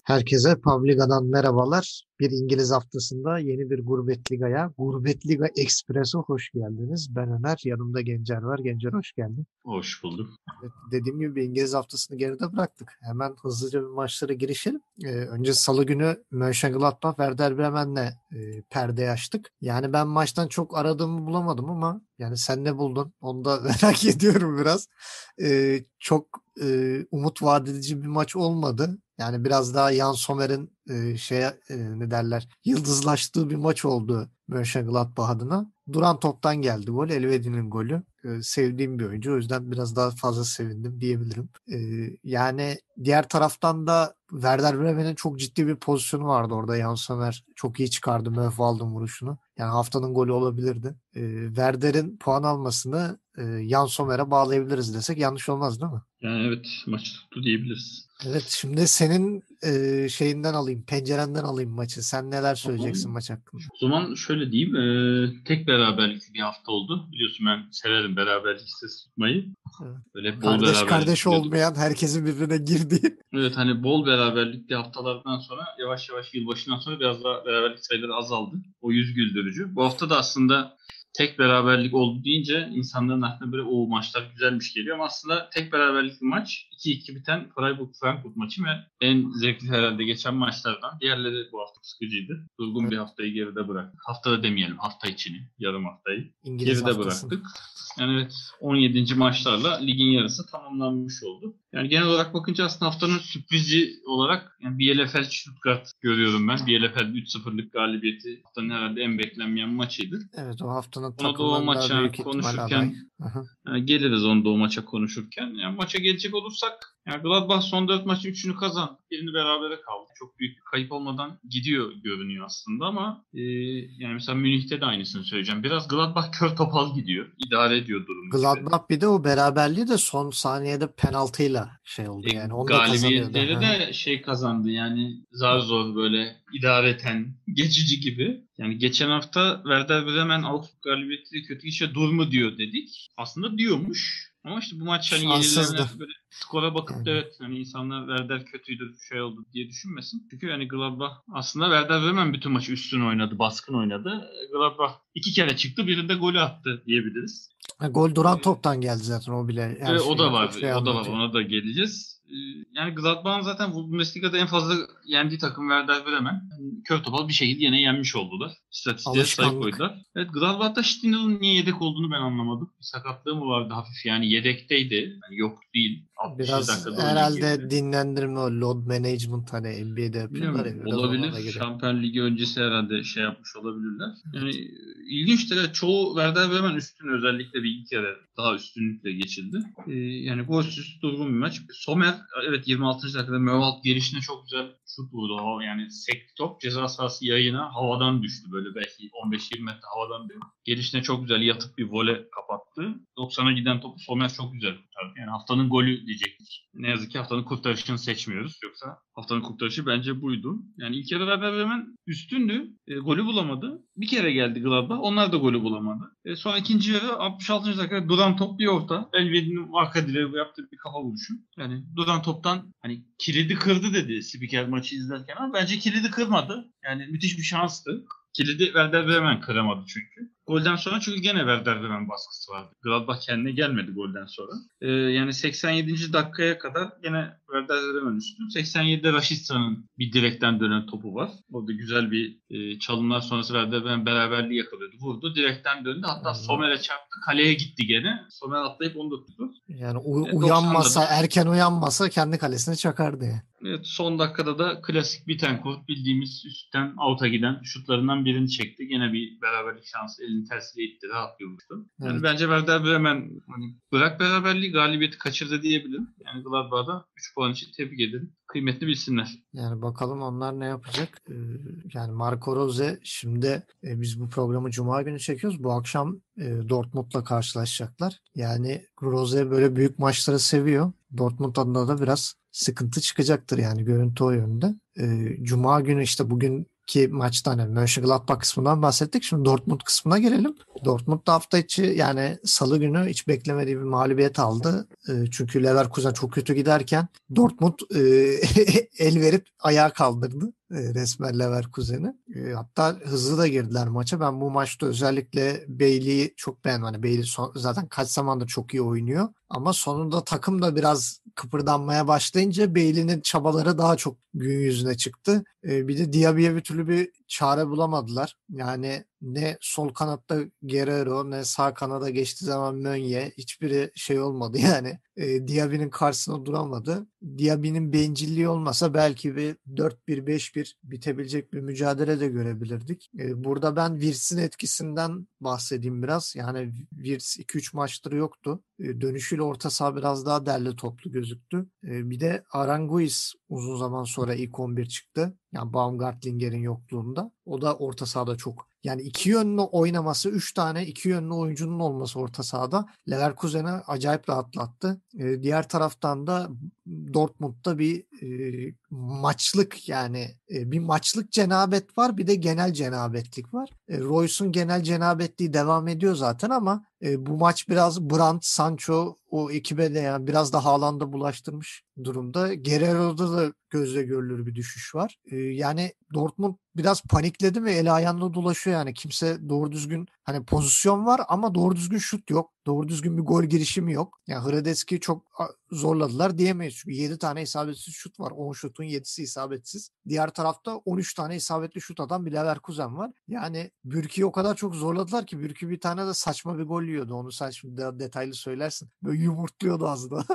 Herkese Pavliga'dan merhabalar. Bir İngiliz haftasında yeni bir Gurbet Liga'ya, Gurbet Liga Express'e hoş geldiniz. Ben Ömer, yanımda Gencer var. Gencer hoş geldin. Hoş bulduk. Evet, dediğim gibi bir İngiliz haftasını geride bıraktık. Hemen hızlıca bir maçlara girişelim. Önce Salı günü Mönchengladbach Werder Bremen'le perde açtık. Yani ben maçtan çok aradığımı bulamadım ama yani sen ne buldun? Onu da merak ediyorum biraz. Çok umut vaat edici bir maç olmadı. Yani biraz daha Jan Sommer'in ne derler, yıldızlaştığı bir maç oldu Mönchengladbach adına. Duran toptan geldi gol. Elvedi'nin golü. Sevdiğim bir oyuncu. O yüzden biraz daha fazla sevindim diyebilirim. Yani diğer taraftan da Werder Bremen'in çok ciddi bir pozisyonu vardı orada. Jan Sommer çok iyi çıkardı Mövvald'ın vuruşunu. Yani haftanın golü olabilirdi. Werder'in puan almasını Jan Sommer'e bağlayabiliriz desek yanlış olmaz değil mi? Yani evet, maç tuttu diyebiliriz. Evet, şimdi senin şeyinden alayım, pencerenden alayım maçı. Sen neler söyleyeceksin Tamam. maç hakkında? O zaman şöyle diyeyim. Tek beraberlik bir hafta oldu. Biliyorsun ben severim beraberlik istatistiği tutmayı. Evet. Böyle bol Kardeş beraberlik kardeş tutuyorduk. olmayan, herkesin birbirine girdiği. Evet, hani bol beraberlikli haftalardan sonra yavaş yavaş yılbaşından sonra biraz daha beraberlik sayıları azaldı. O yüz güldürücü. Bu hafta da aslında tek beraberlik oldu deyince insanların aklına böyle o maçlar güzelmiş geliyor ama aslında tek beraberlikli maç 2-2 biten Freiburg-Frankfurt maçı ve en zevkli herhalde geçen maçlardan. Diğerleri bu hafta sıkıcıydı. Durgun Evet, bir haftayı geride bıraktık. Haftada demeyelim, hafta içini, yarım haftayı İngiliz geride haftasını. bıraktık. Yani evet, 17. maçlarla ligin yarısı tamamlanmış oldu. Yani genel olarak bakınca aslında haftanın sürprizi olarak yani Bielefeld Stuttgart görüyorum ben. Bielefeld 3-0'lık galibiyeti haftanın herhalde en beklenmeyen maçıydı. Evet, o haftanın Ona da o takımlarında maça büyük ihtimal aday. konuşurken geliriz onu da o maça konuşurken. Yani maça gelecek olursak yani Gladbach son 4 maçın 3'ünü kazandı. Birini berabere kaldı. Çok büyük bir kayıp olmadan gidiyor görünüyor aslında ama yani mesela Münih'te de aynısını söyleyeceğim. Biraz Gladbach kör topal gidiyor. İdare ediyor durumu gibi. Gladbach bir de o beraberliği de son saniyede penaltıyla şey oldu yani. Onu da kazanıyordu. Galibiyetleri de şey kazandı yani zar zor böyle idareten geçici gibi. Yani geçen hafta Werder Bremen Augsburg galibiyeti kötü işe dur mu diyor dedik. Aslında diyormuş. Ama işte bu maç hani yenilerine Şanssızdı. böyle skora bakıp da Yani. evet hani insanlar Werder kötüydü şey oldu diye düşünmesin. Çünkü hani Gladbach aslında Werder Bremen bütün maçı üstün oynadı, baskın oynadı. Gladbach 2 kere çıktı, birinde golü attı diyebiliriz. Gol duran toptan geldi zaten, o bile her O şeyi da var. çok şey O da var. anlatıyor. Ona da geleceğiz. Yani Gladbach'ın zaten Bundesliga'da en fazla yendiği takım Werder Bremen. Yani kör topal bir şekilde yine yenmiş oldular. İstatistiğe sayı Alışkanlık. koydular. Evet, Gladbach'ta Stindl'ın niye yedek olduğunu ben anlamadım. Bir sakatlığı mı vardı hafif, yani yedekteydi. Yani yok değil. 60. Biraz dakikada oyuna herhalde girdi. dinlendirme, o load management, hani NBA'de yapıyorlar Bilmiyorum, ya, biraz ona olabilir. da giriyor. Şampiyon Ligi öncesi herhalde şey yapmış olabilirler. Yani ilginçtir. Evet, çoğu Werder Bremen üstün, özellikle bir iki kere daha üstünlükle geçildi. Yani golsüz durgun bir maç. Sommer evet 26. dakikada Möwald gelişine çok güzel şut vurdu. Yani sekti top ceza sahası yayına havadan düştü. Böyle belki 15-20 metre havadan değil. Gelişine çok güzel yatıp bir vole kapattı. 90'a giden topu Sommer çok güzel kurtardı. Yani haftanın golü diyecektik. Ne yazık ki haftanın kurtarışını seçmiyoruz. Yoksa haftanın kurtarışı bence buydu. Yani ilk yarı Werder Bremen üstündü. Golü bulamadı. Bir kere geldi Gladbach. Onlar da golü bulamadı. Sonra ikinci yarı 66. dakika duran top bir orta. Elvedi'nin arka direği yaptığı bir kafa vuruşu. Yani duran toptan hani kilidi kırdı dedi spiker maçı izlerken ama bence kilidi kırmadı. Yani müthiş bir şanstı. Kilidi Werder Bremen kıramadı çünkü. Golden sonra çünkü gene Werder Bremen baskısı vardı. Gladbach kendine gelmedi golden sonra. Yani 87. dakikaya kadar gene Werder Bremen üstün. 87'de Raşitsa'nın bir direkten dönen topu var. Orada güzel bir çalımlar sonrası Werder Bremen beraberliği yakalıyordu. Vurdu, direkten döndü. Hatta Yani, Sommer'e çarptı. Kaleye gitti gene. Sommer atlayıp onu da tuttu. yani 90'da uyanmasa, da erken uyanmasa kendi kalesine çakardı ya. evet, son dakikada da klasik Bittencourt bildiğimiz üstten out'a giden şutlarından birini çekti. Gene bir beraberlik şansı, elini tersiyle itti. Rahat bir vuruştu. Yani Evet. bence Werder Bremen hani bırak beraberliği, galibiyeti kaçırdı diyebilirim. Yani Gladbach'da 3 puan için tebrik ederim. Kıymetli bilsinler. Yani bakalım onlar ne yapacak. Yani Marco Rose şimdi, biz bu programı Cuma günü çekiyoruz. Bu akşam Dortmund'la karşılaşacaklar. Yani Rose böyle büyük maçları seviyor. Dortmund adına da biraz sıkıntı çıkacaktır yani, görüntü o yönde. Cuma günü işte bugün iki maçtan yani Mönchengladbach kısmından bahsettik. Şimdi Dortmund kısmına gelelim. Dortmund da hafta içi yani salı günü hiç beklemediği bir mağlubiyet aldı. Çünkü Leverkusen çok kötü giderken Dortmund el verip ayağa kaldırdı resmen Leverkusen'i. Hatta hızlı da girdiler maça. Ben bu maçta özellikle Bailey'i çok beğendim. Hani Bailey zaten kaç zamandır çok iyi oynuyor. Ama sonunda takım da biraz kıpırdanmaya başlayınca Bailey'nin çabaları daha çok gün yüzüne çıktı. Bir de Diaby'ye bir türlü bir çare bulamadılar. Yani ne sol kanatta Guerrero ne sağ kanada geçtiği zaman Meunier hiçbiri şey olmadı yani. Diaby'nin karşısına duramadı. Diaby'nin bencilliği olmasa belki bir 4-1 5-1 bitebilecek bir mücadele de görebilirdik. Burada ben Wirtz'in etkisinden bahsedeyim biraz. Yani Wirtz 2-3 maçtır yoktu. Dönüşüyle orta saha biraz daha derli toplu gözüktü. Bir de Aranguiz uzun zaman sonra ilk 11 çıktı. Yani Baumgartlinger'in yokluğunda. O da orta sahada çok yani iki yönlü oynaması, 3 tane iki yönlü oyuncunun olması orta sahada Leverkusen'i acayip rahatlattı. Diğer taraftan da Dortmund'da bir maçlık yani bir maçlık cenabet var, bir de genel cenabetlik var. Royce'un genel cenabetliği devam ediyor zaten ama bu maç biraz Brandt, Sancho o ekibe de yani biraz da Haaland'a bulaştırmış durumda. Guerrero'da da gözle görülür bir düşüş var. Yani Dortmund biraz panikledi ve el ayağında dolaşıyor yani. Kimse doğru düzgün hani pozisyon var ama doğru düzgün şut yok. Doğru düzgün bir gol girişimi yok. Yani Hradecki'yi çok zorladılar diyemeyiz. Çünkü 7 tane isabetsiz şut var. 10 şutun 7'si isabetsiz. Diğer tarafta 13 tane isabetli şut atan bir Leverkusen var. Yani Bürki'yi o kadar çok zorladılar ki Bürki bir tane de saçma bir gol yiyordu. Onu sen şimdi daha detaylı söylersin. Böyle yumurtluyordu az da.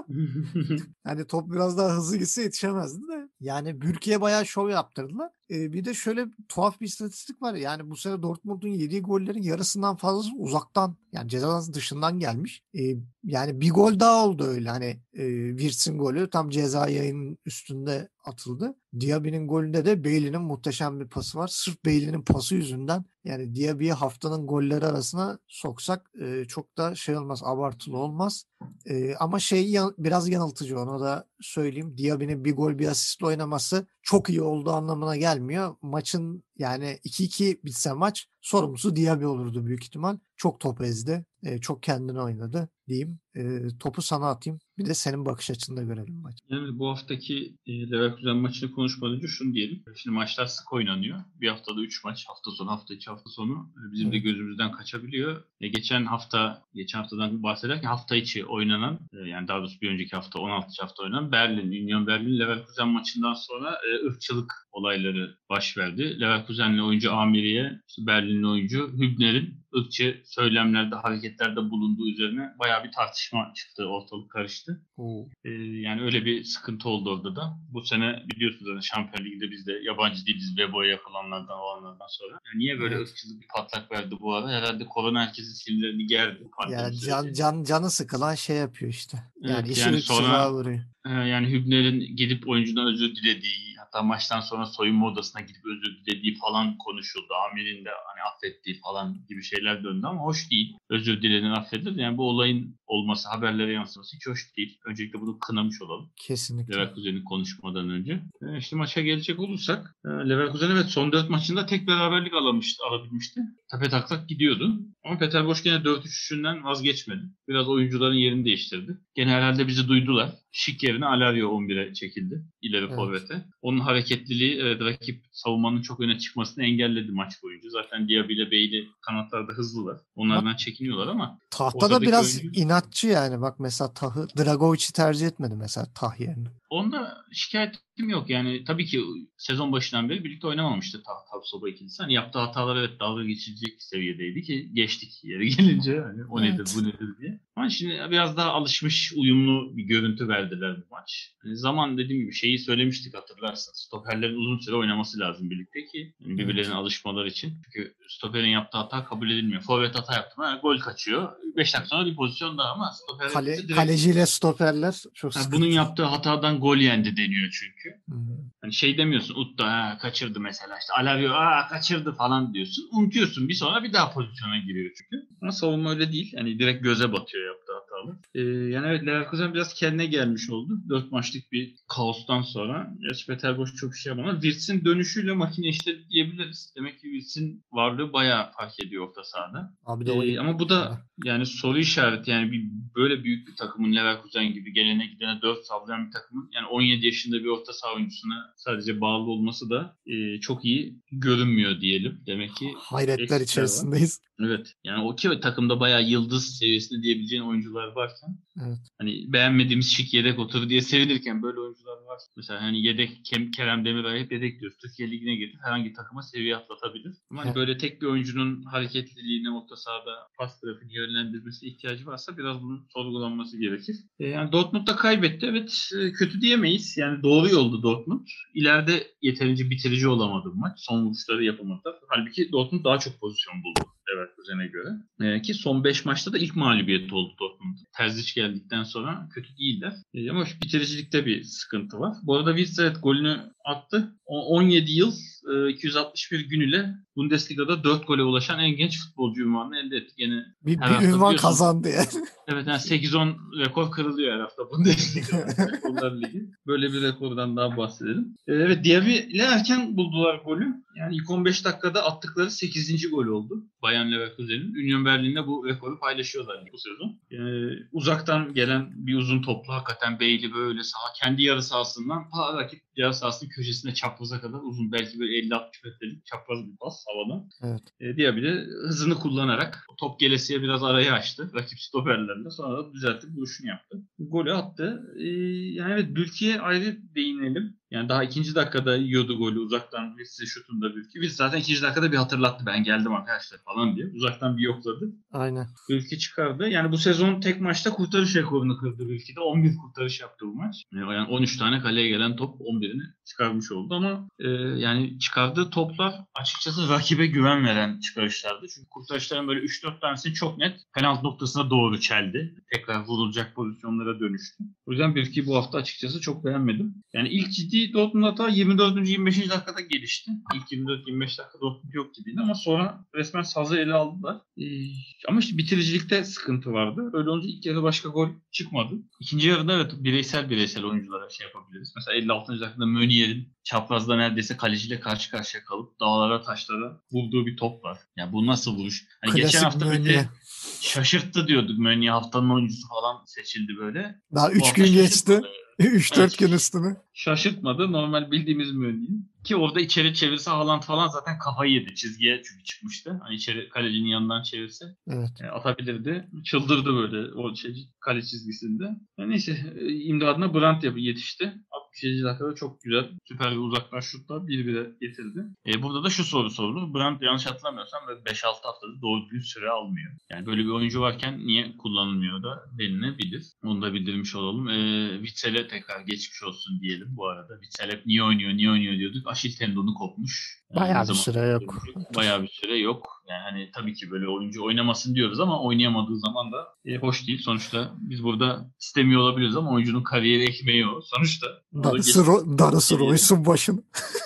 Yani top biraz daha hızlı gitse yetişemezdi de. Yani Bürki'ye bayağı şov yaptırdılar. Bir de şöyle tuhaf bir istatistik var. Yani bu sene Dortmund'un yediği gollerin yarısından fazlası uzaktan yani ceza sahası dışından gelmiş. Yani bir gol daha oldu öyle. Hani Wirtz'in golü tam ceza yayının üstünde atıldı. Diaby'nin golünde de Bailey'nin muhteşem bir pası var. Sırf Bailey'nin pası yüzünden yani Diaby'yi haftanın golleri arasına soksak çok da şey olmaz, abartılı olmaz. Ama biraz yanıltıcı onu da söyleyeyim. Diaby'nin bir gol bir asistle oynaması çok iyi olduğu anlamına gelmiyor. Maçın yani 2-2 bitse maç sorumlusu Diaby olurdu büyük ihtimal. Çok top ezdi. Çok kendine oynadı diyeyim. Topu sana atayım. Bir de senin bakış açını da görelim maç. Yani bu haftaki Leverkusen maçını konuşmadan önce şunu diyelim. Şimdi maçlar sık oynanıyor. Bir haftada 3 maç. Hafta sonu, hafta içi, hafta sonu bizim de gözümüzden kaçabiliyor. Geçen haftadan bahsederken hafta içi oynanan yani daha doğrusu bir önceki hafta 16. hafta oynanan Union Berlin Leverkusen maçından sonra ırkçılık olayları baş verdi. Leverkusenli oyuncu Amiri'ye Berlinli oyuncu Hübner'in ırkçı söylemlerde, hareketlerde bulunduğu üzerine bayağı bir tartışma çıktı, ortalık karıştı. Yani öyle bir sıkıntı oldu orada da. Bu sene biliyorsunuz zaten Şampiyon Ligi'de biz de yabancı değiliz Bebo'ya yapılanlardan, olanlardan sonra. Yani niye böyle ırkçılık bir patlak verdi bu ara? Herhalde korona herkesin sinirlerini gerdi. Yani canı sıkılan şey yapıyor işte. Yani Evet, işi ırkçılığa vuruyor. Yani Hübner'in gidip oyuncudan özür dilediği, hatta maçtan sonra soyunma odasına gidip özür dilediği falan konuşuldu. Amir'in de hani affettiği falan gibi şeyler döndü ama hoş değil. Özür dilenen affedilir. Yani bu olayın olması, haberlere yansıması hiç hoş değil. Öncelikle bunu kınamış olalım. Kesinlikle. Leverkusen'i konuşmadan önce. İşte maça gelecek olursak Leverkusen evet son 4 maçında tek beraberlik alabilmişti. Tepetaklak gidiyordu. Ama Peter Bosz gene 4-3-3'ünden vazgeçmedi. Biraz oyuncuların yerini değiştirdi. Gene herhalde bizi duydular. Şik yerine Alario 11'e çekildi. İleri forvete. Onun hareketliliği rakip savunmanın çok öne çıkmasını engelledi maç boyunca. Zaten Diaby ile Bailey kanatlarda hızlılar. Onlardan çekiniyorlar ama tahtada biraz inatçı yani. Bak mesela Dragovic'i tercih etmedi mesela Tah yerine. Onda şikayetim yok. Yani tabii ki sezon başından beri birlikte oynamamıştı Tapsoba ikilisi. Hani yaptığı hatalar evet dalga geçilecek seviyedeydi ki geçtik yere gelince hani o nedir bu nedir diye. Ama şimdi biraz daha alışmış uyumlu bir görüntü verdiler bu maç. Yani zaman dediğim gibi şeyi söylemiştik hatırlarsınız. Stoperlerin uzun süre oynaması lazım birlikte ki yani birbirlerine alışmaları için. Çünkü stoperin yaptığı hata kabul edilmiyor. Forvet hata yaptı mı gol kaçıyor. 5 dakika sonra bir pozisyon daha ama kaleciyle stoperler çok sıkıntı. Bunun yaptığı hatadan gol yendi deniyor çünkü. Hani şey demiyorsun Utta kaçırdı mesela işte Alario kaçırdı falan diyorsun. Unutuyorsun bir sonra bir daha pozisyona giriyor çünkü. Ama savunma öyle değil. Yani direkt göze batıyor yaptığı hata. hatalı. Yani evet, Leverkusen biraz kendine gelmiş oldu. 4 maçlık bir kaostan sonra. Gerçi Peter Bosz çok şey yapamadı. Wirtz'in dönüşüyle makine işledi diyebiliriz. Demek ki Wirtz'in varlığı bayağı fark ediyor orta sahada. Abi de oyun. Ama bu da yani soru işareti. Yani böyle büyük bir takımın, Leverkusen gibi gelene gidene 4 sallayan bir takımın yani 17 yaşında bir orta saha oyuncusuna sadece bağlı olması da çok iyi görünmüyor diyelim. Demek ki Hayretler eksikler var. içerisindeyiz. Evet. Yani o ki takımda bayağı yıldız seviyesinde diyebileceğin oyuncular varken Evet. hani beğenmediğimiz şık yedek otur diye sevinirken böyle oyuncular var. Mesela hani yedek Kerem Demirbay'ı hep yedek diyoruz. Türkiye Ligi'ne girip herhangi takıma seviye atlatabilir. Ama hani böyle tek bir oyuncunun hareketliliğine, orta sahada pas trafiğini yönlendirmesi ihtiyacı varsa biraz bunun sorgulanması gerekir. Yani Dortmund da kaybetti. Evet, kötü diyemeyiz. Yani doğru yolda Dortmund. İleride yeterince bitirici olamadı bu maç. Son vuruşları yapamadı. Halbuki Dortmund daha çok pozisyon buldu Leverkusen'e göre. Ki son 5 maçta da ilk mağlubiyet oldu Dortmund. Terzic geldikten sonra kötü değiller. Ama bitiricilikte bir sıkıntı var. Bu arada Wirtz evet golünü attı. 17 yıl 261 gün ile Bundesliga'da 4 gole ulaşan en genç futbolcu unvanını elde etti. Gene Bir her hafta ünvan biliyorsunuz. kazandı yani. Evet, yani 8-10 rekor kırılıyor her hafta Bundesliga'da. Rekorlar Ligi. Böyle bir rekordan daha bahsedelim. Evet, Diaby ile erken buldular golü. Yani ilk 15 dakikada attıkları 8. gol oldu. Bayern Leverkusen'in. Union Berlin'le bu rekoru paylaşıyorlar bu sezon. Uzaktan gelen bir uzun toplu hakikaten Bailey böyle kendi yarı sahasından rakip yarı sahasının köşesine çapraza kadar uzun, belki böyle 50-60 metrelik çapraz bir pas havadan. Evet. Diaby de hızını kullanarak top gelesiye biraz arayı açtı rakip stoperlerle. Sonra da düzeltip vuruşunu yaptı. Golü attı. Yani evet, Bülki'ye ayrı değinelim. Yani daha 2. dakikada yiyordu golü uzaktan. Size şutunda Bülki. Biz zaten 2. dakikada bir hatırlattı. Ben geldim arkadaşlar falan diye. Uzaktan bir yokladı. Aynen. Bülki çıkardı. Yani bu sezon tek maçta kurtarış rekorunu kırdı Bülki'de. 11 kurtarış yaptı bu maç. Yani 13 tane kaleye gelen top 11'ini çıkarmış oldu ama yani çıkardığı toplar açıkçası rakibe güven veren çıkarışlardı. Çünkü kurtarışların böyle 3-4 tanesi çok net penaltı noktasına doğru çeldi. Tekrar vurulacak pozisyonlara dönüştü. O yüzden Bülki'yi bu hafta açıkçası çok beğenmedim. Yani ilk ciddi Dortmund hata 24. 25. dakikada gelişti. İlk 24-25 dakika Dortmund yok gibiydi ama sonra resmen sazı ele aldılar. Ama işte bitiricilikte sıkıntı vardı. Öyle olunca ilk yarı başka gol çıkmadı. İkinci yarıda evet bireysel oyunculara şey yapabiliriz. Mesela 56. dakikada Mönier'in çaprazda neredeyse kaleciyle karşı karşıya kalıp dağlara taşlara vurduğu bir top var. Yani bu nasıl vuruş? Hani Klasik geçen hafta Meunier. şaşırttı diyorduk, Meunier haftanın oyuncusu falan seçildi böyle. Daha Bu 3 hafta gün geçti. şaşırtmadı. 3-4 Evet. gün üstüne. Şaşırtmadı. Normal bildiğimiz Meunier. Ki orada içeri çevirse Haaland falan zaten kafayı yedi. Çizgiye çünkü çıkmıştı. Hani içeri kalecinin yanından çevirse Evet. atabilirdi. Çıldırdı böyle o kale çizgisinde. Neyse, imdadına Brandt yetişti. 67. dakikada çok güzel süper bir uzaktan şutla 1-1'e getirdi. Burada da şu soru sorulur. Brandt yanlış hatırlamıyorsam böyle 5-6 haftada doğru düzgün süre almıyor. Yani böyle bir oyuncu varken niye kullanılmıyor da denilebilir. Onu da bildirmiş olalım. Witsel'e tekrar geçmiş olsun diyelim bu arada. Witsel hep niye oynuyor diyorduk. Aşil tendonu kopmuş. Bayağı bir süre yok. Bayağı bir süre yok. Yani hani tabii ki böyle oyuncu oynamasın diyoruz ama oynayamadığı zaman da hoş değil. Sonuçta biz burada istemiyor olabiliriz ama oyuncunun kariyeri ekmeği o. Sonuçta Darısı Royce'un başına.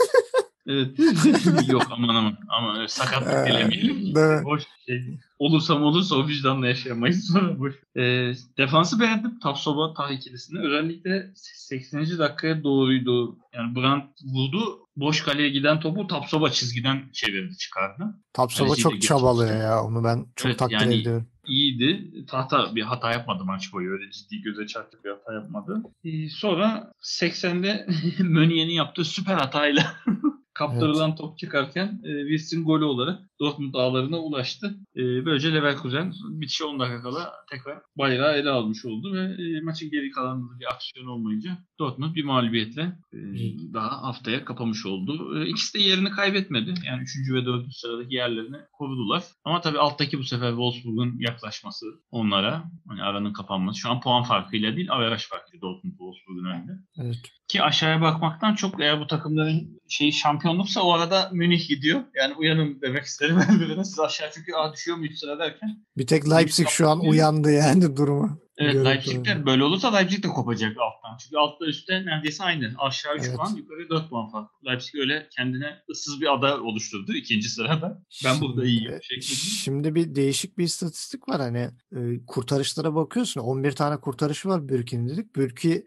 Evet. Yok aman sakatlık dilemeyelim. Evet. Boş şey. Olursa o vicdanla yaşayamayız. Sonra boş. Defansı beğendim. Tapsoba ikilisini. Özellikle 80. dakikaya doğruydu. Yani Brandt vurdu. Boş kaleye giden topu Tapsoba çizgiden çevirdi, çıkardı. Tapsoba çok çabalıyor ya. Onu ben çok takdir ediyorum. İyiydi. Bir hata yapmadı maç boyu. Öyle ciddi göze çarptı bir hata yapmadı. Sonra 80'de Mönier'in yaptığı süper hatayla kaptırılan top çıkarken Wirtz'in golü olarak Dortmund ağlarına ulaştı. Böylece Leverkusen bitişe 10 dakika kala tekrar bayrağı ele almış oldu ve maçın geri kalanında bir aksiyon olmayınca Dortmund bir mağlubiyetle daha haftaya kapamış oldu. İkisi de yerini kaybetmedi. Yani 3. ve 4. sıradaki yerlerini korudular. Ama tabii alttaki bu sefer Wolfsburg'un yaklaşması onlara, hani aranın kapanması. Şu an puan farkıyla değil, averaj farkıyla Dortmund Wolfsburg'un önünde. Evet. Ki aşağıya bakmaktan çok, eğer bu takımların şampiyonluksa o arada Münih gidiyor. Yani uyanın demek isterim birbirine. Siz aşağı çünkü düşüyor muydu sıra derken. Bir tek Leipzig şu an uyandı yani duruma. Evet, Leipzig de böyle olursa Leipzig de kopacak alttan Çünkü altta üstte neredeyse aynı. Aşağı 3 puan, Evet. yukarı 4 puan fark. Leipzig öyle kendine ıssız bir ada oluşturdu ikinci sırada. Ben burada iyiyim Şimdi, şeklinde. şimdi bir değişik bir istatistik var. Hani kurtarışlara bakıyorsun. 11 tane kurtarışı var Bürki'nin dedik. Bürki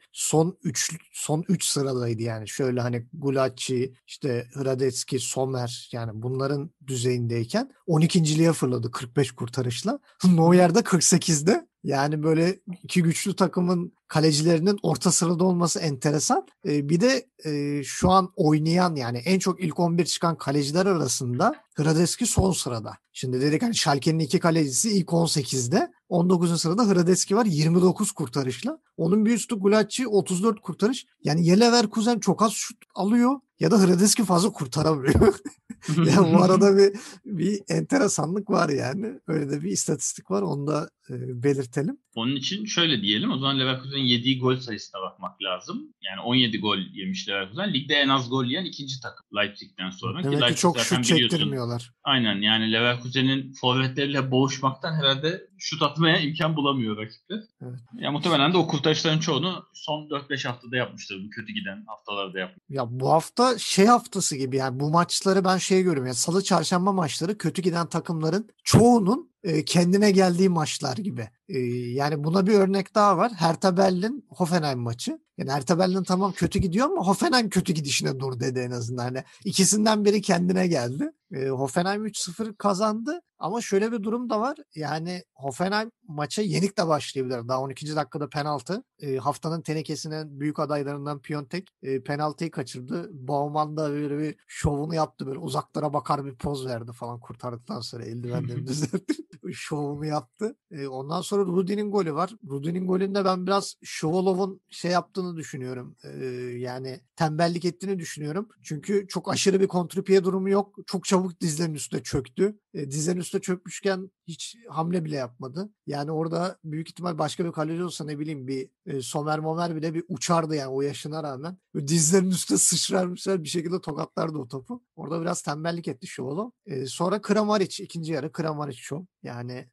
son 3 sıradaydı yani. Şöyle hani Gulacsi, işte Hradecki, Sommer, yani bunların düzeyindeyken 12.liğe fırladı 45 kurtarışla. Neuer de 48'de. Yani böyle iki güçlü takımın kalecilerinin orta sırada olması enteresan. Bir de şu an oynayan, yani en çok ilk 11 çıkan kaleciler arasında Hradeski son sırada. Şimdi dedik hani Schalke'nin 2 kalecisi ilk 18'de. 19. sırada Hradeski var 29 kurtarışla. Onun bir üstü Gulacsi 34 kurtarış. Yani ya Leverkusen çok az şut alıyor ya da Hradeski fazla kurtaramıyor. Yani bu arada bir enteresanlık var yani. Öyle de bir istatistik var. Onu da belirtelim. Onun için şöyle diyelim. O zaman Leverkusen'in yediği gol sayısına bakmak lazım. Yani 17 gol yemiş Leverkusen. Ligde en az gol yiyen ikinci takım Leipzig'ten sonra. Ki Demek ki Leipzig çok şut zaten biliyorsun. çektirmiyorlar. Aynen, yani Leverkusen'in forvetleriyle boğuşmaktan herhalde şut atmaya imkan bulamıyor rakipler. Evet. Ya muhtemelen de o kurtarışların çoğunu son 4-5 haftada yapmıştır. Bu kötü giden haftalarda yapmıştır. Ya bu hafta haftası gibi, yani bu maçları ben görüyorum. Yani Salı Çarşamba maçları kötü giden takımların çoğunun kendine geldiği maçlar gibi. Yani buna bir örnek daha var. Hertha Berlin Hoffenheim maçı. Yani Hertha Berlin tamam kötü gidiyor ama Hoffenheim kötü gidişine dur dedi en azından. Hani ikisinden biri kendine geldi. Hoffenheim 3-0 kazandı ama şöyle bir durum da var. Yani Hoffenheim maça yenik de başlayabilir. Daha 12. dakikada penaltı. Haftanın tenekesinin büyük adaylarından Piontek penaltıyı kaçırdı. Baumann da böyle bir şovunu yaptı. Böyle uzaklara bakar bir poz verdi falan kurtardıktan sonra eldivenlerini düzeltti. Şovunu yaptı. Ondan sonra Rudi'nin golü var. Rudi'nin golünde ben biraz Şovalov'un yaptığını düşünüyorum. Yani tembellik ettiğini düşünüyorum. Çünkü çok aşırı bir kontrpiye durumu yok. Çok çabuk dizlerinin üstüne çöktü. Dizlerinin üstüne çökmüşken hiç hamle bile yapmadı. Yani orada büyük ihtimal başka bir kaleci olsa ne bileyim bir Somer Momer bile bir uçardı yani o yaşına rağmen. Böyle dizlerinin üstüne sıçrar bir şekilde tokatlardı o topu. Orada biraz tembellik etti Şovalov. Sonra Kramaric ikinci yarı Kramaric şov. Yani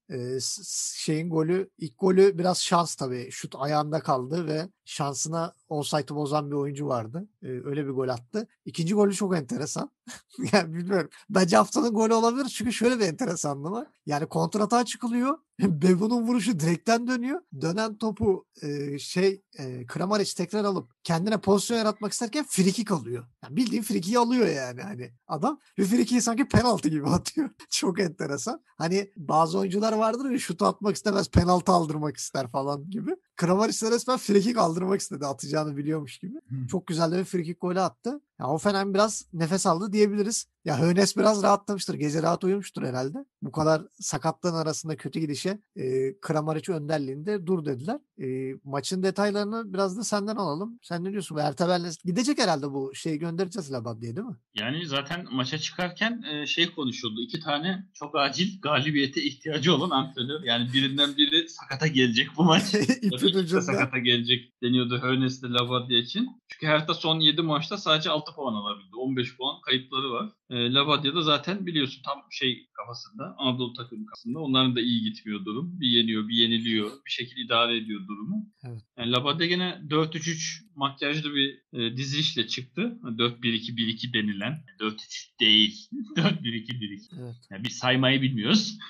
ilk golü biraz şans tabii. Şut ayağında kaldı ve şansına offside'ı bozan bir oyuncu vardı. Öyle bir gol attı. İkinci golü çok enteresan. Yani bilmiyorum. Bence haftanın golü olabilir çünkü şöyle bir enteresanlığı var. Yani kontratağa çıkılıyor. Bebu'nun vuruşu direkten dönüyor. Dönen topu Kramaric tekrar alıp kendine pozisyon yaratmak isterken frikik alıyor. Yani bildiğin frikiyi alıyor yani hani adam. Ve frikiyi sanki penaltı gibi atıyor. Çok enteresan. Hani bazı oyuncular vardır ya şutu atmak istemez penaltı aldırmak ister falan gibi. Kramaric de resmen frikik aldırmak istedi atacağını biliyormuş gibi. Çok güzel de bir frikik golü attı. Ya Hoffenheim biraz nefes aldı diyebiliriz. Ya Hoeneß biraz rahatlamıştır. Gece rahat uyumuştur herhalde. Bu kadar sakatlığın arasında kötü gidişe Kramaric önderliğinde dur dediler. Maçın detaylarını biraz da senden alalım. Sen ne diyorsun? Hertha Berlin gidecek herhalde, bu göndereceğiz Labadia'ya değil mi? Yani zaten maça çıkarken konuşuldu. 2 tane çok acil galibiyete ihtiyacı olan antrenör. Yani birinden biri sakata gelecek bu maç. Ya da İpin ikisi de ucunda. sakata gelecek deniyordu Hoeneß ile Labadia için. Çünkü Hertha son 7 maçta sadece 6 puan alabildi. 15 puan kayıpları var. Labadia da zaten biliyorsun tam kafasında, Anadolu takımı kafasında. Onların da iyi gitmiyor durum. Bir yeniyor, bir yeniliyor. Bir şekilde idare ediyor durumu. Evet. Yani Labadia gene 4-3-3 makyajlı bir dizilişle çıktı. 4-1-2-1-2 denilen. 4-3 değil. 4-1-2-1-2. Evet. Yani biz saymayı bilmiyoruz.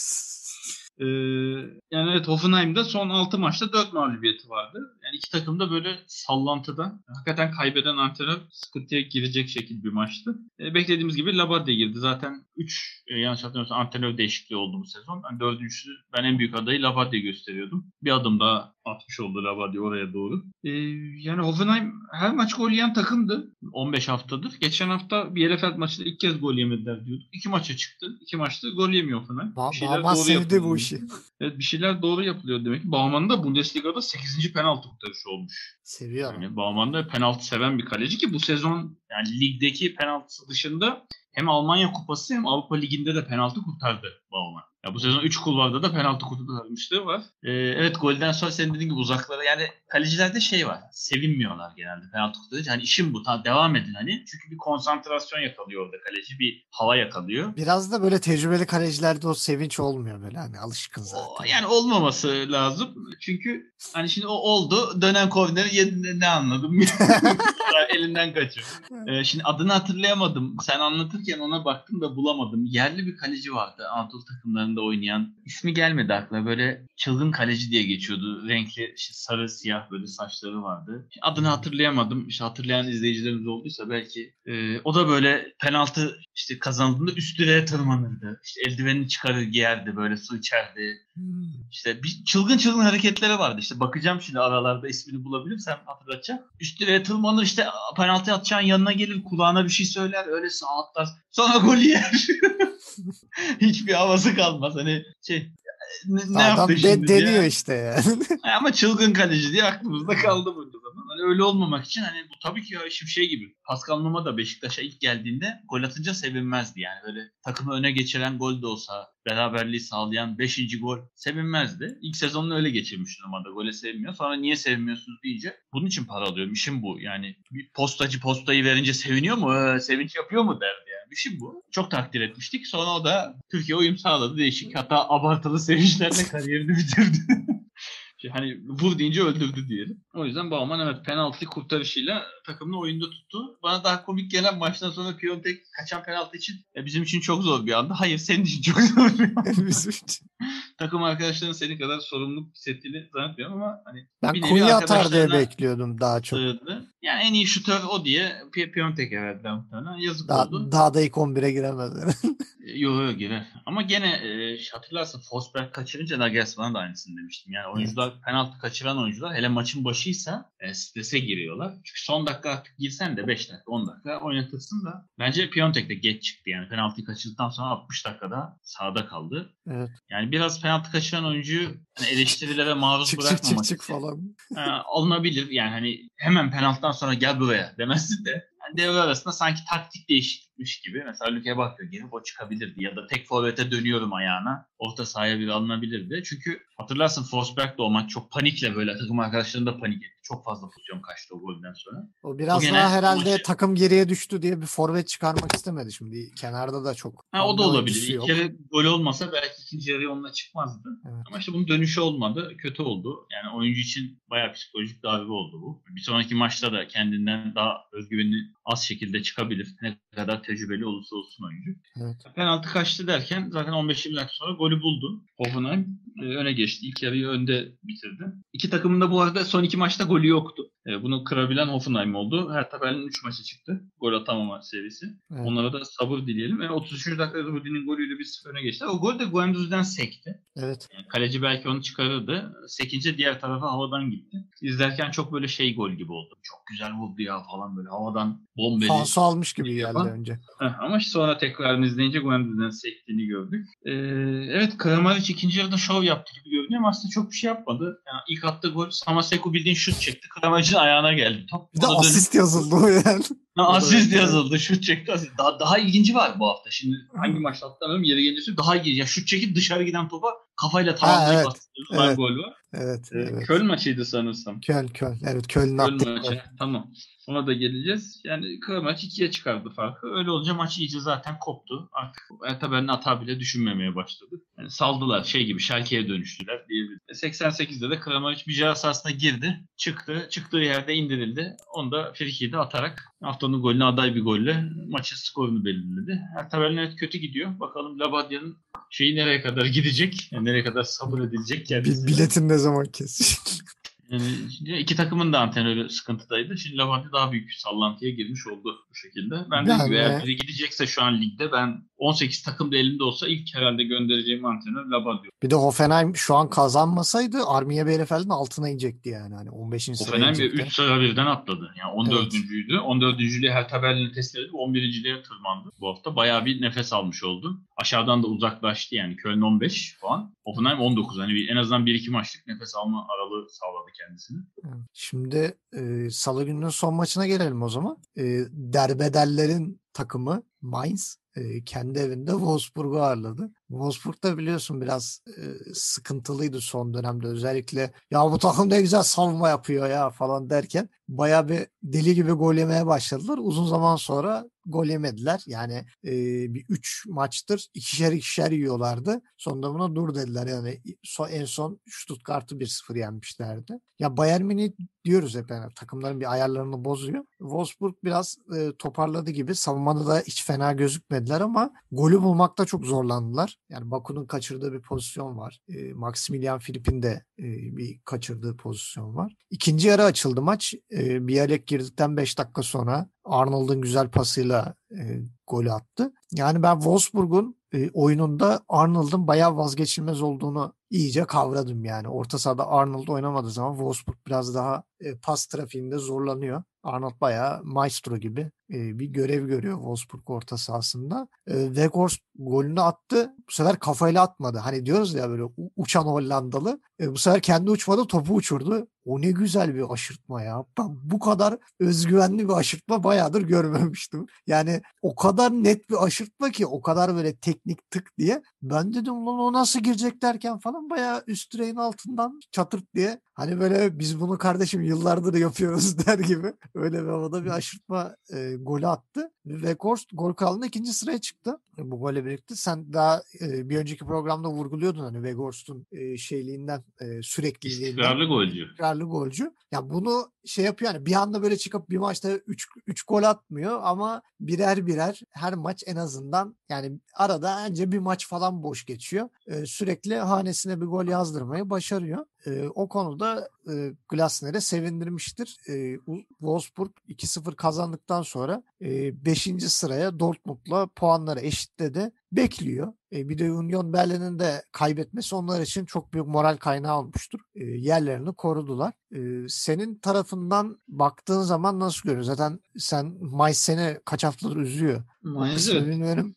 Yani evet, Hoffenheim'da son 6 maçta 4 mağlubiyeti vardı. Yani iki takım da böyle sallantıda. Hakikaten kaybeden antrenör sıkıntıya girecek şekilde bir maçtı. Beklediğimiz gibi Labadia girdi. Zaten 3 yanlış hatırlamıyorsam antrenör değişikliği oldu bu sezon. Yani dördüncüsü ben en büyük adayı Labadia gösteriyordum. Bir adım daha atmış oldu Labadia oraya doğru. Yani Hoffenheim her maç gol yiyen takımdı. 15 haftadır. Geçen hafta Bielefeld maçında ilk kez gol yemediler diyorduk. 2 maça çıktı. 2 maçta gol yemiyor Hoffenheim. Bir şeyler Baumann doğru sevdi yapılıyor. bu işi. Evet, bir şeyler doğru yapılıyor demek ki. Baumann da Bundesliga'da 8. penaltı kurtarışı olmuş. Seviyor ama. Yani Baumann da penaltı seven bir kaleci ki bu sezon yani ligdeki penaltısı dışında hem Almanya Kupası hem Avrupa Ligi'nde de penaltı kurtardı Baumann. Ya bu sezon 3 kulvarda da penaltı kurtarmışlığı var. Evet, golden sonra senin dediğin gibi uzaklara, yani kalecilerde şey var. Sevinmiyorlar genelde penaltı kurtarınca. Hani işim bu. Tamam, devam edin hani. Çünkü bir konsantrasyon yakalıyor orada kaleci. Bir hava yakalıyor. Biraz da böyle tecrübeli kalecilerde o sevinç olmuyor böyle hani alışkın zaten. Yani olmaması lazım. Çünkü hani şimdi o oldu. Dönen korneri yedi, ne anladım? Elinden kaçıyor. Şimdi adını hatırlayamadım. Sen anlatırken ona baktım da bulamadım. Yerli bir kaleci vardı Anadolu takımlarında oynayan. İsmi gelmedi aklıma. Böyle çılgın kaleci diye geçiyordu. Renkli işte sarı siyah böyle saçları vardı. Adını hatırlayamadım. İşte hatırlayan izleyicilerimiz olduysa belki. O da böyle penaltı işte kazandığında üst direğe tırmanırdı. İşte eldivenini çıkarır giyerdi, böyle su içerdi. İşte bir çılgın çılgın hareketleri vardı. İşte bakacağım şimdi aralarda, ismini bulabilirsem hatırlatacağım. Üst direğe tırmanır, işte penaltı atacağın yanına gelir, kulağına bir şey söyler, öyle sağa atlar. Sonra gol yer. Hiçbir havası kalmaz. Hani şey, ne Adam yaptı şimdi deniyor diye. işte yani. Ama çılgın kaleci diye aklımızda kaldı bunca zaman. Hani öyle olmamak için, hani bu tabii ki ya, şimdi şey gibi. Pascal Numa da Beşiktaş'a ilk geldiğinde gol atınca sevinmezdi. Yani böyle takımı öne geçiren gol de olsa, beraberliği sağlayan 5. gol sevinmezdi. İlk sezonunu öyle geçirmiş Numa'da, gole sevinmiyor. Sonra niye sevmiyorsunuz deyince, bunun için para alıyorum, işim bu. Yani bir postacı postayı verince seviniyor mu? Sevinç yapıyor mu derdi yani. İşim bu. Çok takdir etmiştik. Sonra o da Türkiye uyum sağladı, değişik, hatta abartılı sevinçlerle kariyerini bitirdi. Hani vur deyince öldürdü diyelim. O yüzden Bauman evet penaltı kurtarışıyla takımını oyunda tuttu. Bana daha komik gelen, maçtan sonra Piontek kaçan penaltı için bizim için çok zor bir anda. Hayır, senin için çok zor bir anda. Bizim için. Takım arkadaşların seni kadar sorumluluk hissettiğini zannetmiyorum ama hani Ben bir nevi Konya atar diye arkadaşlarına bekliyordum daha çok. sığındı. Yani en iyi şutör o diye Piontek'e verdiler muhtemelen. Yazık Daha, oldu. daha da ilk 11'e giremez. Yok girer. Ama gene hatırlarsın, Forsberg kaçırınca Nagelsmann'a da aynısını demiştim. Yani oyuncular, penaltı kaçıran oyuncular hele maçın başıysa strese giriyorlar. Çünkü son dakika artık girsen de 5 dakika 10 dakika oynatırsın da. Bence Piontek de geç çıktı yani. Penaltıyı kaçırdıktan sonra 60 dakikada sahada kaldı. Evet. Yani biraz penaltı kaçıran oyuncuyu hani eleştirilere maruz Çık bırakmamak için falan. alınabilir. Yani hani hemen penaltıdan sonra gel buraya demezsin de. Yani devre arasında sanki taktik değişiklikmiş gibi. Mesela Luke bakıyor, gelip o çıkabilirdi. Ya da tek forvete dönüyorum ayağına. Orta sahaya bir alınabilirdi. Çünkü hatırlarsın, Forsberg de o maç çok panikle, böyle takım arkadaşlarını da panik etti. Çok fazla pozisyon kaçtı o golden sonra. O O biraz daha gene o herhalde maçı... takım geriye düştü diye bir forvet çıkarmak istemedi şimdi. Kenarda da çok O hamle da olabilir. oyuncusu İlk yok. kere gol olmasa belki ikinci yarıya onunla çıkmazdı. Evet. Ama işte bunun dönüşü olmadı. Kötü oldu. Yani oyuncu için bayağı psikolojik darbe oldu bu. Bir sonraki maçta da kendinden daha özgüvenli az şekilde çıkabilir. Ne kadar tecrübeli olursa olsun oyuncu. Evet. Penaltı kaçtı derken zaten 15-20 dakika sonra golü buldu. Hoffenheim öne geçti. İlk yarıyı önde bitirdi. İki takımın da bu arada son 2 maçta golü yoktu. Bunu kırabilen Hoffenheim oldu. Hertha Berlin 3 maça çıktı. Gol atamama serisi. Evet. Onlara da sabır dileyelim. 33. dakikada Rudi'nin golüyle 1-0 öne geçti. O gol de Guendouzi'den sekti. Evet. Yani kaleci belki onu çıkarırdı. Sekince diğer tarafa havadan gitti. İzlerken çok böyle şey gol gibi oldu. Çok güzel vurdu ya falan, böyle havadan bombeli. Falso almış gibi geldi önce. Ama sonra tekrarını izleyince Guendouzi'den sektiğini gördük. Evet, Kramaric ikinci yarıda şov yaptı gibi görünüyor ama aslında çok bir şey yapmadı. Yani ilk attığı gol, Samaseko bildiğin şut çekti. Kramaric'in ayağına geldi top. Bir de asist yazıldı o yani. Asist yazıldı. Şut çekti. Asist. Daha ilginci var bu hafta. Şimdi hangi maçta hatırlamıyorum. Yeri gelince daha ilginci. Yani şut çekip dışarı giden topa kafayla tamamlayıp attığı gol var. Evet. Köln maçıydı sanırsam. Köln. Evet, Köln'ün attığı maçı. gol. Tamam. Ona da geleceğiz. Yani Kramaric 2'ye çıkardı farkı. Öyle olunca maç iyice zaten koptu. Artık Hertha Berlin hata bile düşünmemeye başladı. Yani saldılar. Şey gibi, Schalke'ye dönüştüler diyebiliriz. 88'de de Kramaric mücadele sahasına girdi. Çıktı. Çıktığı yerde indirildi. Onu da Friki'yi de atarak haftanın golüne aday bir golle maçın skorunu belirledi. Hertha Berlin evet kötü gidiyor. Bakalım Labadya'nın şeyi nereye kadar gidecek? Yani nereye kadar sabır edilecek kendisine. Biletin ne zaman kesecek? Yani iki takımın da antrenörü sıkıntıdaydı. Şimdi Levante daha büyük sallantıya girmiş oldu bu şekilde. Ben de gibi, eğer biri gidecekse şu an ligde, ben 18 takım da elimde olsa ilk herhalde göndereceğim antrenör Labadia. Bir de Hoffenheim şu an kazanmasaydı Arminia Bielefeld'in altına inecekti yani. Hani 15. sıraya Hoffenheim inecekti. 3 sıra birden atladı. Yani 14.'üydü. 14.'lüğü Hertha Berlin'e teslim edip 11.'liğe tırmandı. Bu hafta bayağı bir nefes almış oldu. Aşağıdan da uzaklaştı yani. Köln 15 puan. Hoffenheim 19. Hani en azından 1-2 maçlık nefes alma aralığı sağladı kendisine. Şimdi Salı gününün son maçına gelelim o zaman. Derbederlerin takımı Mainz kendi evinde Wolfsburg'u ağırladı. Wolfsburg da biliyorsun biraz sıkıntılıydı son dönemde. Özellikle ya bu takım ne güzel savunma yapıyor ya falan derken bayağı bir deli gibi gol yemeye başladılar. Uzun zaman sonra gol yemediler. Yani bir 3 maçtır ikişer yiyorlardı. Sonunda buna dur dediler. Yani en son Stuttgart'ı 1-0 yenmişlerdi. Ya Bayern Münih diyoruz hep, yani takımların bir ayarlarını bozuyor. Wolfsburg biraz toparladı gibi. Savunmada da hiç fena gözükmediler ama golü bulmakta çok zorlandılar. Yani Baku'nun kaçırdığı bir pozisyon var. Maximilian Philipp'in de bir kaçırdığı pozisyon var. İkinci yarı açıldı maç. Bialek girdikten 5 dakika sonra Arnold'un güzel pasıyla golü attı. Yani ben Wolfsburg'un oyununda Arnold'un bayağı vazgeçilmez olduğunu iyice kavradım yani. Orta sahada Arnold oynamadığı zaman Wolfsburg biraz daha pas trafiğinde zorlanıyor. Arnold bayağı maestro gibi bir görev görüyor Wolfsburg orta sahasında. Weghorst golünü attı. Bu sefer kafayla atmadı. Hani diyoruz ya böyle uçan Hollandalı. Bu sefer kendi uçmadı, topu uçurdu. O ne güzel bir aşırtma ya. Ben bu kadar özgüvenli bir aşırtma bayağıdır görmemiştim. Yani o kadar net bir aşırtma ki, o kadar böyle teknik tık diye. Ben dedim ulan o nasıl girecek derken falan bayağı üst direğin altından çatırt diye. Hani böyle biz bunu kardeşim yıllardır yapıyoruz der gibi. Öyle bir havada bir aşırtma golü attı. Weghorst gol kralına ikinci sıraya çıktı. Bu golle birlikte sen daha bir önceki programda vurguluyordun hani Weghorst'un şeyliğinden, sürekliliğinden. İstikrarlı golcü. İstikrarlı golcü. Ya bunu şey yapıyor yani, bir anda böyle çıkıp bir maçta 3 gol atmıyor ama birer her maç en azından, yani arada önce bir maç falan boş geçiyor. Sürekli hanesine bir gol yazdırmayı başarıyor. O konuda Glasner'e sevindirmiştir. Wolfsburg 2-0 kazandıktan sonra 5. sıraya Dortmund'la puanları eşitledi. Bekliyor. Bir de Union Berlin'in de kaybetmesi onlar için çok büyük moral kaynağı olmuştur. Yerlerini korudular. Senin tarafından baktığın zaman nasıl görüyorsun? Zaten sen Mainz seni kaç haftadır üzüyor. O Mainz kısmı evet. bilmiyorum.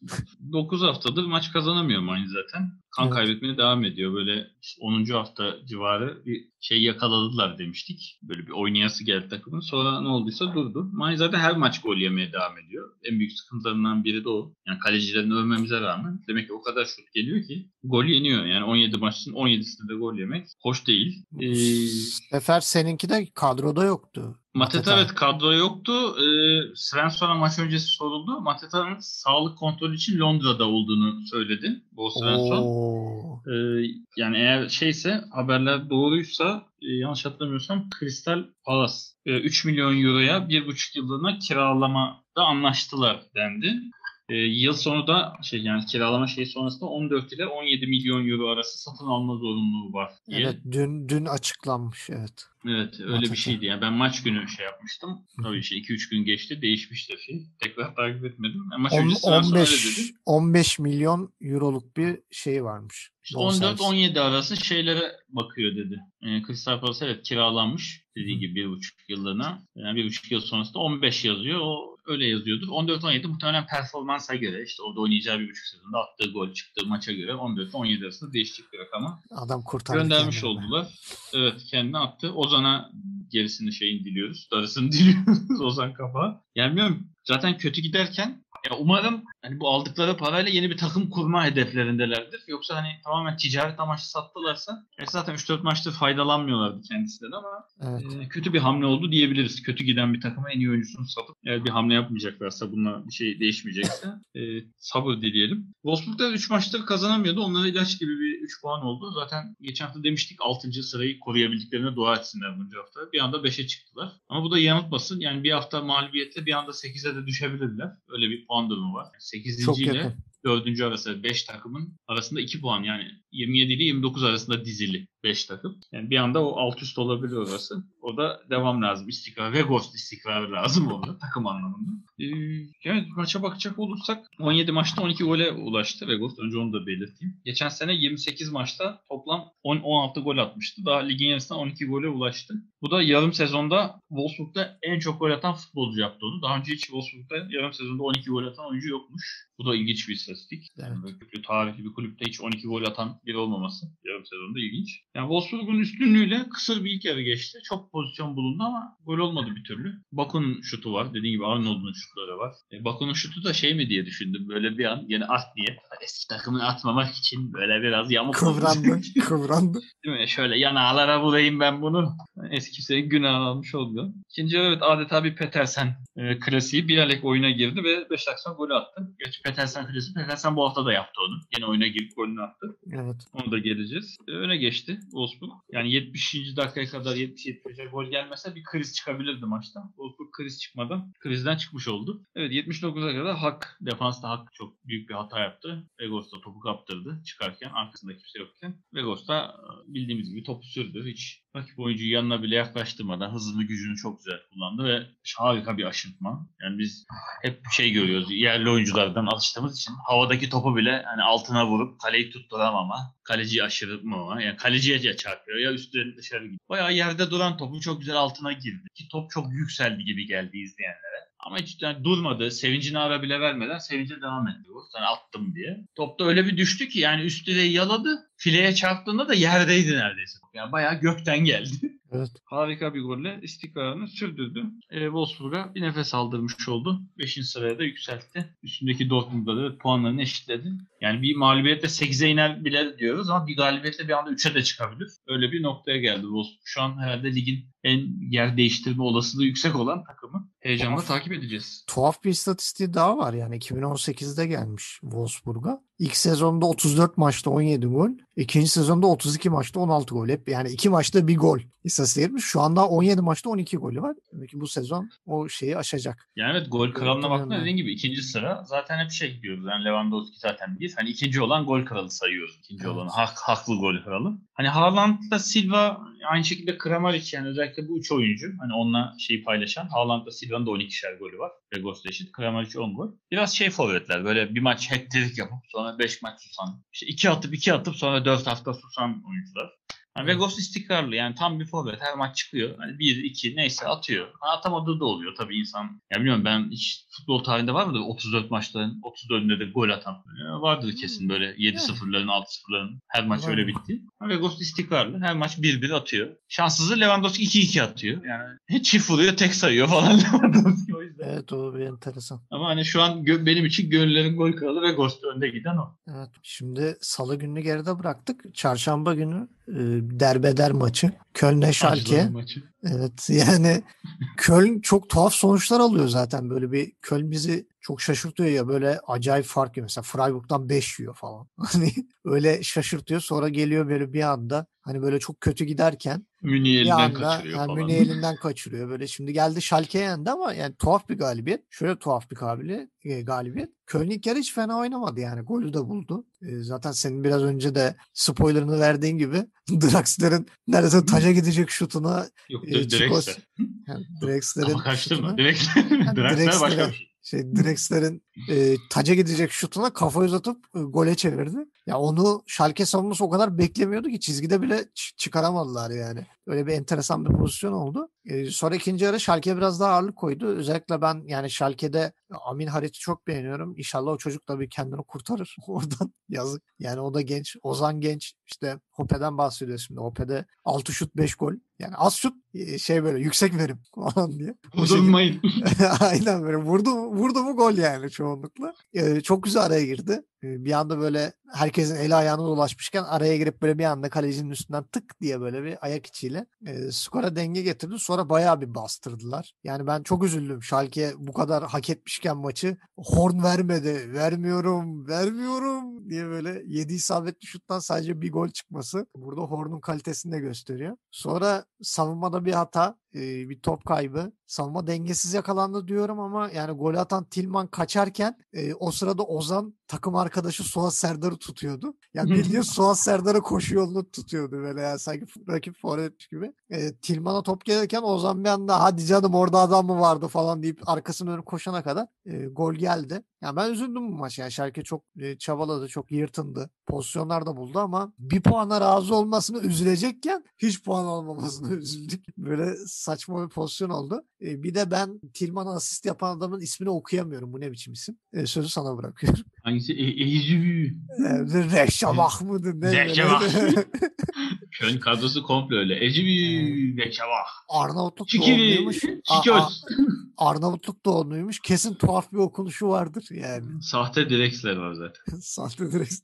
9 haftadır maç kazanamıyor Mainz zaten. Kan Evet. kaybetmeye devam ediyor. Böyle işte 10. hafta civarı bir şey yakaladılar demiştik. Böyle bir oynayası geldi takımın. Sonra ne olduysa durdu. Mainz zaten her maç gol yemeye devam ediyor. En büyük sıkıntılarından biri de o. Yani kalecilerini övmemize rağmen demek ki o kadar şut geliyor ki gol yeniyor. Yani 17 maçın 17'sinde de gol yemek hoş değil. Bu sefer seninki de kadroda yoktu. Mateta Mateta. evet kadro yoktu. Svensson'a maç öncesi soruldu. Mateta'nın sağlık kontrolü için Londra'da olduğunu söyledi Bo Svensson. Oo. Yani eğer şeyse, haberler doğruysa, yanlış hatırlamıyorsam Crystal Palace 3 milyon euroya 1,5 yıllığına kiralamada anlaştılar dendi. Yıl sonu da yani kiralama şeyi sonrasında 14 ile 17 milyon euro arası satın alma zorunluluğu var Evet, diye. dün açıklanmış, evet. Evet öyle bir Mateta. şeydi. Yani ben maç günü şey yapmıştım. Tabii 2-3 gün geçti. Değişmişti şey. Tekrar takip etmedim. Maç öncesi Svensson öyle dedi. 15 milyon euroluk bir şey varmış. İşte Bonservis. 14-17 arası şeylere bakıyor dedi. Crystal Palace evet kiralanmış dediği gibi 1,5 yıllığına. Yani 1,5 yıl sonrasında 15 yazıyor. O öyle yazıyordur. 14-17 muhtemelen performansa göre, işte orada oynayacağı 1,5 sezonda attığı gol, çıktığı maça göre 14-17 arasında değişecek bir rakama Adam kurtardı göndermiş kendini be. oldular. Evet kendini attı. Ozan'a gerisini şeyin diliyoruz. Darısını diliyoruz Ozan Kafa. Yani bilmiyorum, zaten kötü giderken ya umarım hani bu aldıkları parayla yeni bir takım kurma hedeflerindelerdir. Yoksa hani tamamen ticaret amaçlı sattılarsa zaten 3-4 maçtır faydalanmıyorlardı kendisinden ama Evet. kötü bir hamle oldu diyebiliriz. Kötü giden bir takıma en iyi oyuncusunu satıp eğer bir hamle yapmayacaklarsa, bununla bir şey değişmeyecekse sabır dileyelim. Wolfsburg'da 3 maçtır kazanamıyordu. Onlara ilaç gibi bir 3 puan oldu. Zaten geçen hafta demiştik 6. sırayı koruyabildiklerine dua etsinler bunca hafta. Bir anda 5'e çıktılar. Ama bu da yanıltmasın. Yani bir hafta mağlubiyetle bir anda 8'e de düşebilirler. Öyle bir puan durumu var. 8. Çok ile yakın. 4. arası 5 takımın arasında 2 puan, yani 27 ile 29 arasında dizili 5 takım. Yani bir anda o alt üst olabilir orası. O da devam lazım. İstikrar ve ghost istikrarı lazım orada takım anlamında. Yani maça bakacak olursak 17 maçta 12 gole ulaştı Vegas. Önce onu da belirteyim. Geçen sene 28 maçta toplam 16 gol atmıştı. Daha ligin yarısına 12 gole ulaştı. Bu da yarım sezonda Wolfsburg'da en çok gol atan futbolcu yaptı onu. Daha önce hiç Wolfsburg'da yarım sezonda 12 gol atan oyuncu yokmuş. Bu da ilginç bir istatistik. Evet. Yani böyle köklü, tarihli bir kulüpte hiç 12 gol atan bir olmaması yarım sezonda ilginç. Yani Wolfsburg'un üstünlüğüyle kısır bir ilk yarı geçti. Çok pozisyon bulundu ama gol olmadı bir türlü. Baku'nun şutu var. Dediğim gibi Arnold'un şutları var. Baku'nun şutu da şey mi diye düşündüm. Böyle bir an yine art niyet. Eski takımını atmamak için böyle biraz yamuk Kıvrandı. Kıvrandı. Değil mi? Şöyle yanağlara vurayım ben bunu. Eski senin günahını almış oldu. İkinci yarı evet adeta bir Petersen klasiği. Bialek oyuna girdi ve 5 dakika sonra golü attı. Gerçi Petersen klasiği. Petersen bu hafta da yaptı onu. Yine oyuna girip golünü attı. Evet. Onu da geleceğiz. Öne geçti Wolfsburg. Yani 70. dakikaya kadar 70-75'e gol gelmese bir kriz çıkabilirdi maçta. Wolfsburg kriz çıkmadan krizden çıkmış oldu. Evet 79'a kadar Hak, defansta Hak çok büyük bir hata yaptı. Vegos da topu kaptırdı çıkarken. Arkasında kimse yokken. Vegos da bildiğimiz gibi topu sürdü. Hiç rakip oyuncuyu yanına bile yaklaştırmadan hızını gücünü çok güzel kullandı ve harika bir aşırtma. Yani biz hep şey görüyoruz. Yerli oyunculardan alıştığımız için havadaki topu bile hani altına vurup kaleyi tutturamama, kaleciyi aşırtmama. Yani kaleciye çarpıyor ya üstüne dışarı gidiyor. Bayağı yerde duran topu çok güzel altına girdi. Ki top çok yükseldi gibi geldi izleyenlere. Ama hiç yani durmadı. Sevincini ara bile vermeden sevince devam etti. Sen attım diye. Top da öyle bir düştü ki yani üst direği yaladı. Fileye çarptığında da yerdeydi neredeyse. Yani bayağı gökten geldi. Evet. Harika bir golle istikrarını sürdürdü. Wolfsburg'a bir nefes aldırmış oldu. 5. sıraya da yükseltti. Üstündeki Dortmund'da da puanlarını eşitledi. Yani bir mağlubiyetle 8'e iner bile diyoruz ama bir galibiyetle bir anda 3'e de çıkabilir. Öyle bir noktaya geldi Wolfsburg. Şu an herhalde ligin en yer değiştirme olasılığı yüksek olan takımı. Heyecanla takip edeceğiz. Tuhaf bir istatistiği daha var yani 2018'de gelmiş Wolfsburg'a. İlk sezonda 34 maçta 17 gol. İkinci sezonda 32 maçta 16 gol. Hep yani 2 maçta bir gol istatistiği yapmış. Şu anda 17 maçta 12 golü var. Demek ki bu sezon o şeyi aşacak. Yani evet gol kralına baktığında Yani. dediğin gibi ikinci sıra zaten hep şey diyoruz. Yani Lewandowski zaten değil. Hani ikinci olan gol kralı sayıyoruz. İkinci Evet. olanı haklı gol kralı. Hani Haaland'la Silva aynı şekilde Kramaric yani özellikle bu üç oyuncu. Hani onunla şeyi paylaşan. Haaland'la Silva'nın da 12'şer golü var. Vegos'la eşit. Kramaric 10 gol. Biraz şey forvetler böyle bir maç hat-trick yapıp sonra 5 maç susan. İşte 2 atıp sonra 4 hafta susan oyuncular. Yani Vegos istikrarlı yani tam bir forvet her maç çıkıyor. Hani 1-2 neyse atıyor. Atamadığı da oluyor tabii insan. Ya bilmiyorum ben hiç futbol tarihinde var mıdır 34 maçların 34'ünde de gol atan? Vardır kesin böyle 7-0'ların 6-0'ların her maç öyle bitti. Vegos istikrarlı her maç 1-1 atıyor. Şanssızı Lewandowski 2-2 atıyor. Yani çift vuruyor tek sayıyor falan Lewandowski o yüzden. Evet o bir enteresan. Ama hani şu an benim için gönüllerin gol kralı Vegos'ta önde giden o. Evet. Şimdi Salı gününü geride bıraktık. Çarşamba günü derbeder maçı. Köln'e Schalke. Acıların maçı. Evet yani Köln çok tuhaf sonuçlar alıyor zaten. Böyle bir Köln bizi çok şaşırtıyor ya böyle acayip fark yiyor. Mesela Freiburg'dan 5 yiyor falan. Hani öyle şaşırtıyor. Sonra geliyor böyle bir anda hani böyle çok kötü giderken Münih'i bir elinden anda kaçırıyor yani falan. Münih elinden kaçırıyor. Böyle şimdi geldi Schalke'ye yendi ama yani tuhaf bir galibiyet. Şöyle tuhaf bir galibiyet. Köln ilk yarı hiç fena oynamadı yani. Golü de buldu. Zaten senin biraz önce de spoilerını verdiğin gibi Draxler'in neredeyse taca gidecek şutuna Yok Chikos Drexler. yani Kafa Drexler'in karıştırma. şutuna Drexler. Draxler başka bir şey. Drexler'in taca gidecek şutuna kafayı uzatıp gole çevirdi. Ya onu Schalke savunması o kadar beklemiyordu ki çizgide bile çıkaramadılar yani. Öyle bir enteresan bir pozisyon oldu. Sonra ikinci yarı Schalke biraz daha ağırlık koydu. Özellikle ben yani Schalke'de Amin Harit'i çok beğeniyorum. İnşallah o çocuk da bir kendini kurtarır oradan. Yazık. Yani o da genç. Ozan genç. İşte Hope'den bahsediyoruz şimdi. Hope'de 6 şut 5 gol. Yani az şut şey böyle yüksek verim falan diye. Vurdurmayın. Aynen böyle vurdu mu gol yani çoğunlukla. Çok güzel araya girdi. Bir anda böyle herkesin eli ayağına dolaşmışken araya girip böyle bir anda kalecinin üstünden tık diye böyle bir ayak içiyle skora denge getirdi. Sonra bayağı bir bastırdılar. Yani ben çok üzüldüm. Schalke bu kadar hak etmişken maçı Horn vermedi. Vermiyorum diye böyle 7 isabetli şuttan sadece bir gol çıkması. Burada Horn'un kalitesini de gösteriyor. Sonra savunmada bir hata, bir top kaybı. Savunma dengesiz yakalandı diyorum ama yani gol atan Tillman kaçarken o sırada Ozan takım arkadaşı Suat Serdar'ı tutuyordu. Yani bildiğin Suat Serdar'ı koşu yolunu tutuyordu böyle yani sanki rakip forvetmiş gibi. Tillman'a top gelirken Ozan bir anda hadi canım orada adam mı vardı falan deyip arkasına dönüp koşana kadar gol geldi. Yani ben üzüldüm bu maç. Yani Schalke çok çabaladı, çok yırtındı. Pozisyonlar da buldu ama bir puana razı olmasını üzülecekken hiç puan almamasını üzüldük. Böyle saçma bir pozisyon oldu. Bir de ben Tillman'a asist yapan adamın ismini okuyamıyorum. Bu ne biçim isim? Sözü sana bırakıyorum. Hangisi? Ejü. Reşabah mıdır? Ne Reşabah. böyle? Köln kadrosu komple öyle. Ejü. Reşabah. Arnavutluk Çikiri. doğumluymuş. Çiköz. Arnavutluk doğumluymuş. Kesin tuhaf bir okunuşu vardır yani. Sahte Drexler var zaten. Sahte direkt.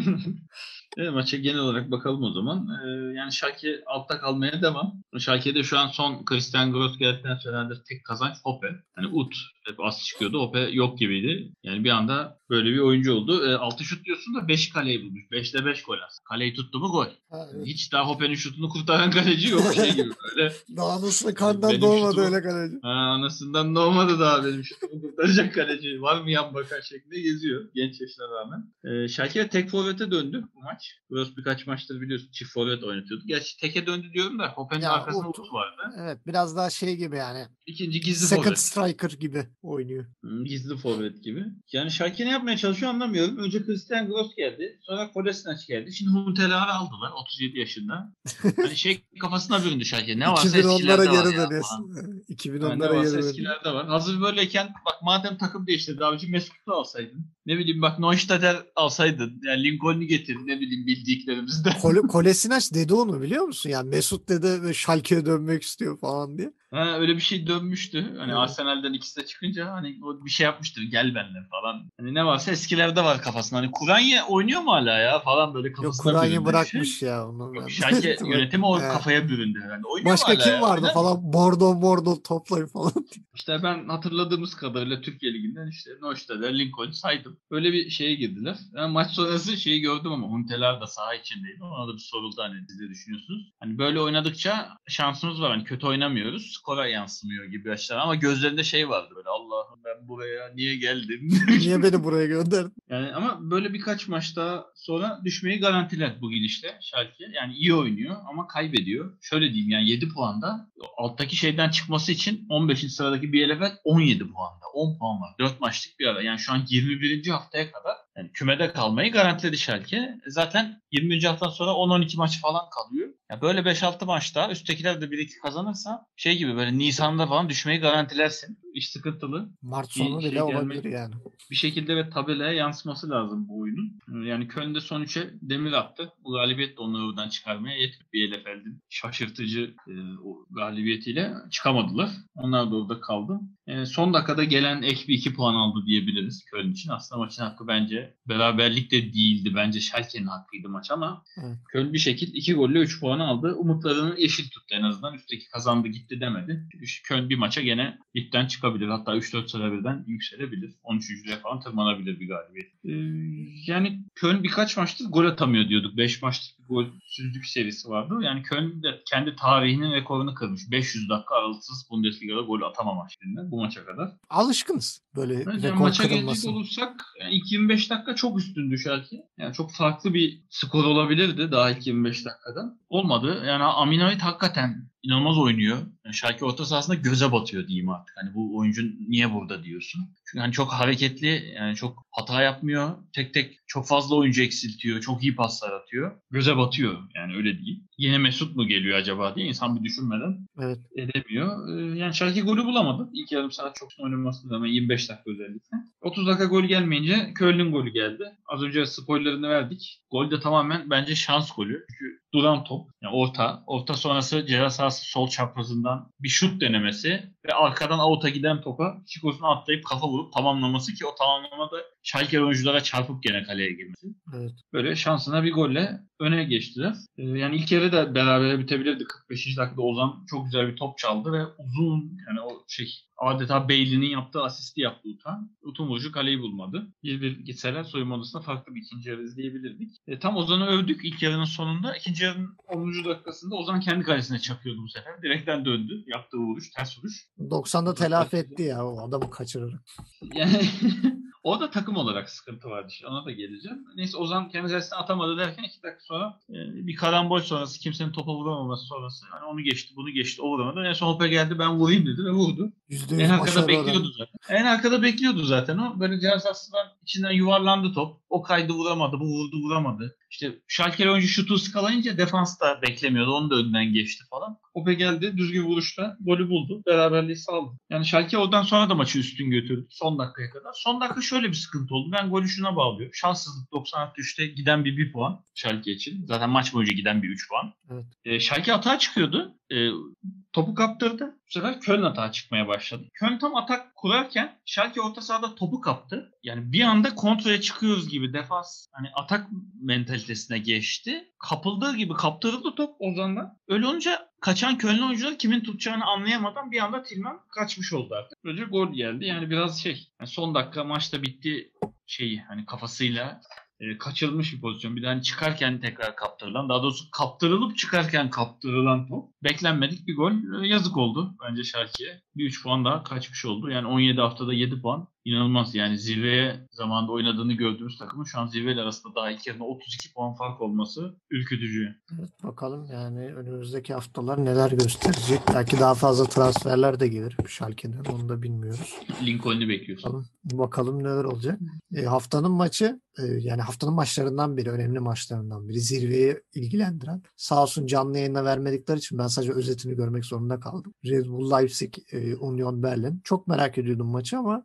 Evet, maça genel olarak bakalım o zaman. Yani Schalke altta kalmaya devam. Schalke'de şu an son Christian Gross geldikten sonra tek kazanç Hoppe. Hani Ut hep az çıkıyordu. Hoppe yok gibiydi. Yani bir anda böyle bir oyuncu oldu. 6 şut diyorsun da 5 kaleyi bulmuş. 5'te 5 gol aslında. Kaleyi tuttu mu gol. Evet. Hiç daha Hoppe'nin şutunu kurtaran kaleci yok. Şey gibi böyle. Daha nasıl kandan Benim doğmadı şutumu- öyle kaleci. Anasından doğmadı daha benim şutumu kurtaracak kaleci. Var mı yan bakan şeklinde geziyor. Genç yaşına rağmen. Schalke tek forvete döndü bu maç. Gross birkaç maçtır biliyorsun çift forvet oynatıyordu. Gerçi teke döndü diyorum da Hoppe'nin Ya, arkasında Ut. Ut vardı. Evet, biraz daha şey gibi yani. İkinci gizli Second forvet. striker gibi oynuyor. Gizli forvet gibi. Yani Schalke ne yapmaya çalışıyor anlamıyorum. Önce Christian Gross geldi. Sonra Kolasinac geldi. Şimdi Huntelaar'ı aldılar 37 yaşında. Hani şey kafasına büründü Schalke. Ne varsa 2010'lara eskilerde var geri ya dönüyorsun. falan. Yani 2010'lara ne geri varsa dönüyorsun. eskilerde var. Hazır böyleyken bak madem takım değiştirdi abici Mesut'u alsaydın. Ne bileyim bak Neustadter alsaydın. Yani Lincoln'u getir ne bileyim bildiklerimizden. Kolasinac dedi onu biliyor musun? Yani Mesut dedi ve Schalke'ye dönmek istiyor falan diye. Ha, öyle bir şey dönmüştü. Hani Evet. Arsenal'den ikisi de çıkınca hani o bir şey yapmıştır. Gel benimle falan. Hani ne varsa eskilerde var kafasında. Hani Kuranya oynuyor mu hala ya falan böyle Yok, kafasına Kur'an'ı büründü. bırakmış ya onu. Yok, Schalke yönetimi o He. kafaya büründü herhalde. Oynuyor mu Başka hala kim ya? vardı Oynar mı? falan? Bordo toplayın falan. İşte ben hatırladığımız kadarıyla Türkiye Ligi'nden işte Neustadt, Lincoln saydım. Böyle bir şeye girdiler. Yani maç sonrası şeyi gördüm ama Huntelar da saha içindeydi. Ona da bir soruldu hani siz de düşünüyorsunuz. Hani böyle oynadıkça şansımız var. Hani kötü oynamıyoruz. Skora yansımıyor gibi yaşlar ama gözlerinde şey vardı böyle Allah'ım ben buraya niye geldim? Niye beni buraya gönderdin? Yani ama böyle birkaç maç daha sonra düşmeyi garantiler bu gidişle Schalke. Yani iyi oynuyor ama kaybediyor. Şöyle diyeyim yani 7 puanda alttaki şeyden çıkması için 15. sıradaki Bielefeld 17 puanda. 10 puan var. 4 maçlık bir ara. Yani şu an 21. haftaya kadar yani kümede kalmayı garantiledi Schalke. Zaten 20. haftadan sonra 10-12 maç falan kalıyor. Ya böyle 5-6 maçta üsttekiler de 1-2 kazanırsa şey gibi böyle Nisan'da falan düşmeyi garantilersin. İş sıkıntılı. Mart Bir sonu şey bile gelmek olabilir yani. bir şekilde ve tabelaya yansıması lazım bu oyunun. Yani Köln'de son 3'e demir attı. Bu galibiyet de onları oradan çıkarmaya yetmedi. Bielefeld'in şaşırtıcı o galibiyetiyle çıkamadılar. Onlar da orada kaldı. Son dakikada gelen ek bir 2 puan aldı diyebiliriz Köln için. Aslında maçın hakkı bence beraberlik de değildi. Bence Schalke'nin hakkıydı maç ama Evet. Köln bir şekilde 2 golle 3 puan aldı. Umutlarını yeşil tuttu en azından. Üstteki kazandı gitti demedi. Çünkü Köln bir maça gene ligden çıkabilir. Hatta 3-4 sıra birden yükselebilir. 13.lüğe falan tırmanabilir bir galibiyet. Yani Köln birkaç maçtır gol atamıyor diyorduk. 5 maçlık bir golsüzlük serisi vardı. Yani Köln de kendi tarihinin rekorunu kırmış. 500 dakika aralıksız Bundesliga'da gol atamama şeklinde bu maça kadar. Alışkınız böyle Evet, yani rekor maça gelecek kırılması. olursak yani ilk 25 dakika çok üstündü Schalke. Yani çok farklı bir skor olabilirdi daha ilk 25 dakikada. Olmadı. Yani Aminarit hakikaten inanılmaz oynuyor. Yani Schalke orta sahasında göze batıyor diyeyim artık. Hani bu oyuncu niye burada diyorsun. Çünkü hani çok hareketli, yani çok hata yapmıyor. Tek tek çok fazla oyuncu eksiltiyor. Çok iyi paslar atıyor. Göze batıyor yani öyle değil. Yine Mesut mu geliyor acaba diye insan bir düşünmeden Evet. edemiyor. Yani Schalke golü bulamadı. İlk yarım saat çok oynanmasına rağmen 25 dakika özellikle. 30 dakika gol gelmeyince Köln'ün golü geldi. Az önce spoilerını verdik. Gol de tamamen bence şans golü. Çünkü duran top, yani orta sonrası ceza sahası sol çaprazından bir şut denemesi ve arkadan avuta giden topa Çikos'un atlayıp kafa vurup tamamlaması ki o tamamlamada Schalke oyunculara çarpıp gene kaleye girmesi. Evet. Böyle şansına bir golle öne geçtiler. Yani ilk yarı da berabere bitebilirdi. 45. dakikada Ozan çok güzel bir top çaldı ve uzun yani o adeta Bailey'nin yaptığı asisti yaptı Utan. Utun vurucu kaleyi bulmadı. Bir gitseler soyunma odasında farklı bir ikinci yarı izleyebilirdik. Tam Ozan'ı övdük ilk yarının sonunda. İkinci yarının 10. dakikasında Ozan kendi kalesine çakıyordu bu sefer. Direkten döndü. Yaptığı vuruş, ters vuruş. 90'da telafi etti ya o adamı kaçırarak. Yani o da takım olarak sıkıntı vardı. İşte ona da geleceğim. Neyse Ozan kendi kalesine atamadı derken 2 dakika sonra bir karambol sonrası kimsenin topa vuramaması sonrası hani onu geçti bunu geçti o vuramadı. En son Hoppe geldi ben vurayım dedi ve vurdu. En %100 arkada başarı oranı. bekliyordu zaten. En arkada bekliyordu zaten o. Böyle cihaz aslında içinden yuvarlandı top. O kaydı vuramadı, bu vurdu vuramadı. İşte Schalke'li oyuncu şutu ıskalayınca defans da beklemiyordu. Onu da önünden geçti falan. Ope geldi düzgün vuruşla golü buldu. Beraberliği sağladı. Yani Schalke oradan sonra da maçı üstün götürdü son dakikaya kadar. Son dakika şöyle bir sıkıntı oldu. Ben golü şuna bağlıyorum. Şanssızlık 90+3'te giden bir puan Schalke için. Zaten maç boyunca giden bir 3 puan. Evet. Schalke atağa çıkıyordu. Topu kaptırdı. Bu sefer Köln atağa çıkmaya başladı. Köln tam atak kurarken Schalke orta sahada topu kaptı. Yani bir anda kontraya çıkıyoruz gibi defans hani atak mentalitesine geçti. Kapıldığı gibi kaptırıldı top Ozan'dan. Öyle olunca kaçan Köln oyuncular kimin tutacağını anlayamadan bir anda Tillman kaçmış oldu artık. Böylece gol geldi. Yani biraz yani son dakika maçta bitti hani kafasıyla kaçırılmış bir pozisyon. Bir de hani çıkarken tekrar kaptırılan, daha doğrusu kaptırılıp çıkarken kaptırılan top. Beklenmedik bir gol. Yazık oldu bence Schalke'ye. Bir 3 puan daha kaçmış oldu. Yani 17 haftada 7 puan. İnanılmaz yani zirveye zamanında oynadığını gördüğümüz takımın şu an zirveyle arasında daha ilk yarıda 32 puan fark olması ürkütücü. Evet, bakalım yani önümüzdeki haftalar neler gösterecek. Belki daha fazla transferler de gelir Schalke'den. Onu da bilmiyoruz. Lincoln'u bekliyorsun. Bakalım neler olacak. Haftanın maçı yani haftanın maçlarından biri, önemli maçlarından biri. Zirveyi ilgilendiren. Sağ olsun canlı yayına vermedikleri için ben sadece özetini görmek zorunda kaldım. Red Bull Leipzig, Union Berlin. Çok merak ediyordum maçı ama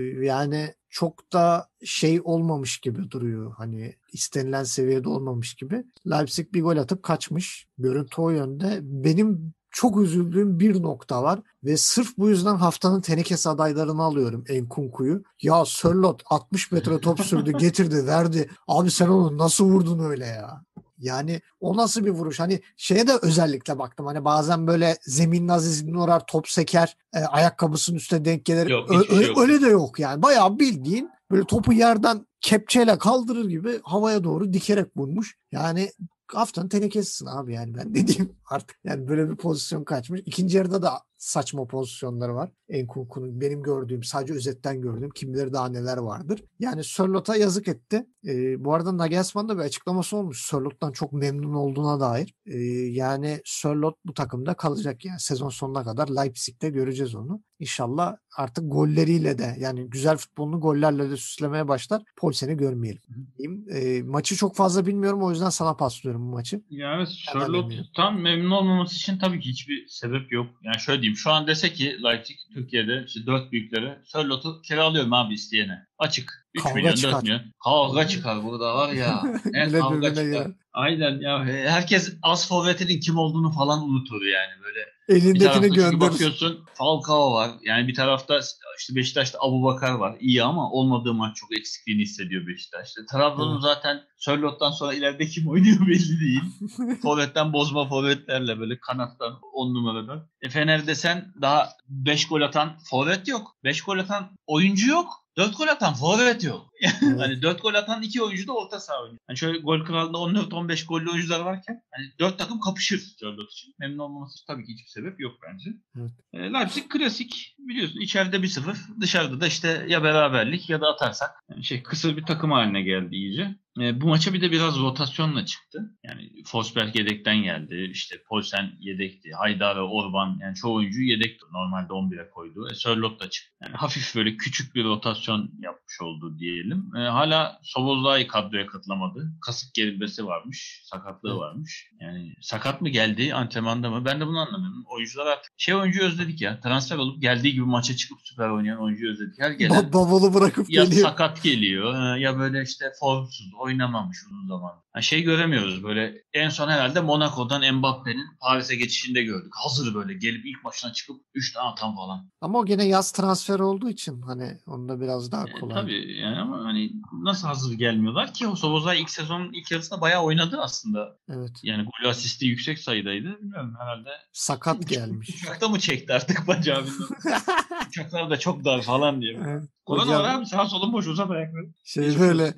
yani çok da olmamış gibi duruyor. Hani istenilen seviyede olmamış gibi. Leipzig bir gol atıp kaçmış. Görüntü o yönde. Benim çok üzüldüğüm bir nokta var ve sırf bu yüzden haftanın tenekesi adaylarını alıyorum Enkunku'yu. Ya Sörloth 60 metre top sürdü, getirdi, verdi. Abi sen onu nasıl vurdun öyle ya? Yani o nasıl bir vuruş? Hani de özellikle baktım. Hani bazen böyle zeminin azizliğini uğrar, top seker, ayakkabısının üstüne denk gelir. Yok, hiçbir şey yok. Öyle de yok yani. Bayağı bildiğin böyle topu yerden kepçeyle kaldırır gibi havaya doğru dikerek vurmuş. Yani haftanın tenekesisin abi yani ben ne diyeyim artık. Yani böyle bir pozisyon kaçmış. İkinci yarıda da saçma pozisyonları var. Enkunku'nun benim gördüğüm, sadece özetten gördüğüm, kimileri daha neler vardır. Yani Sörloth'a yazık etti. Bu arada Nagelsmann da bir açıklaması olmuş. Sörloth'tan çok memnun olduğuna dair. Yani Sörloth bu takımda kalacak yani sezon sonuna kadar Leipzig'te göreceğiz onu. İnşallah artık golleriyle de yani güzel futbolunu gollerle de süslemeye başlar. Poulsen'i görmeyelim. Maçı çok fazla bilmiyorum, o yüzden sana paslıyorum bu maçı. Yani Sörloth'tan memnun olmaması için tabii ki hiçbir sebep yok. Yani şöyle diyeyim, şu an dese ki Leipzig Türkiye'de işte 4 büyüklere Sörloth'u kiralıyorum abi isteyene. Açık. 3 Kavga milyon çıkar. 4 milyon. Kavga çıkar burada var ya. Ne kavga çıkar. Girer. Aynen ya. Herkes az forvetinin kim olduğunu falan unutur yani böyle. Elindekini çünkü gönder. bakıyorsun Falcao var. Yani bir tarafta işte Beşiktaş'ta Abubakar var. İyi ama olmadığı maç çok eksikliğini hissediyor Beşiktaş. İşte Trabzon'un zaten Sörloth'tan sonra ileride kim oynuyor belli değil. Forvetten bozma forvetlerle böyle kanattan 10 numaradan. Fener'de sen daha 5 gol atan forvet yok. 5 gol atan oyuncu yok. 4 gol atan forvet yok. Hani 4 gol atan 2 oyuncu da orta saha oynuyor. Hani şöyle gol kralında 14-15 gollü oyuncular varken hani 4 takım kapışır Sörloth için. Memnun olmaması için tabii ki hiçbir sebep yok bence. Evet. Leipzig klasik biliyorsun, içeride 1-0, dışarıda da işte ya beraberlik ya da atarsak kısır bir takım haline geldi iyice. Bu maça bir de biraz rotasyonla çıktı. Yani Forsberg yedekten geldi. İşte Poulsen yedekti. Haydar ve Orban, yani çoğu oyuncuyu yedekti. Normalde 11'e koydu. Sörloth da çıktı. Yani hafif böyle küçük bir rotasyon yapmış oldu diyelim. Hala Szoboszlai kadroya katılamadı. Kasık gerilmesi varmış. Sakatlığı varmış. Yani sakat mı geldi, antrenmanda mı? Ben de bunu anlamıyorum. Oyuncular artık oyuncuyu özledik ya. Transfer olup geldiği gibi maça çıkıp süper oynayan oyuncuyu özledik. Her gelen bavulu bırakıp ya geliyor. sakat geliyor ya böyle işte formsuz, oynamamış uzun zaman. Göremiyoruz böyle. En son herhalde Monaco'dan Mbappe'nin Paris'e geçişinde gördük. Hazır böyle gelip ilk maçına çıkıp 3 tane atan falan. Ama o gene yaz transferi olduğu için hani onda biraz daha kolay. Tabii yani ama hani nasıl hazır gelmiyorlar ki? O Szoboszlai ilk sezonun ilk yarısında bayağı oynadı aslında. Evet. Yani gol asisti yüksek sayıdaydı. Bilmiyorum, herhalde. Sakat gelmiş. Uçakta mı çekti artık bacağı bilmiyorum. Uçaklar da çok dar falan diye. Evet. Korona var abi, sağ solun boş, uzat ayakları. Böyle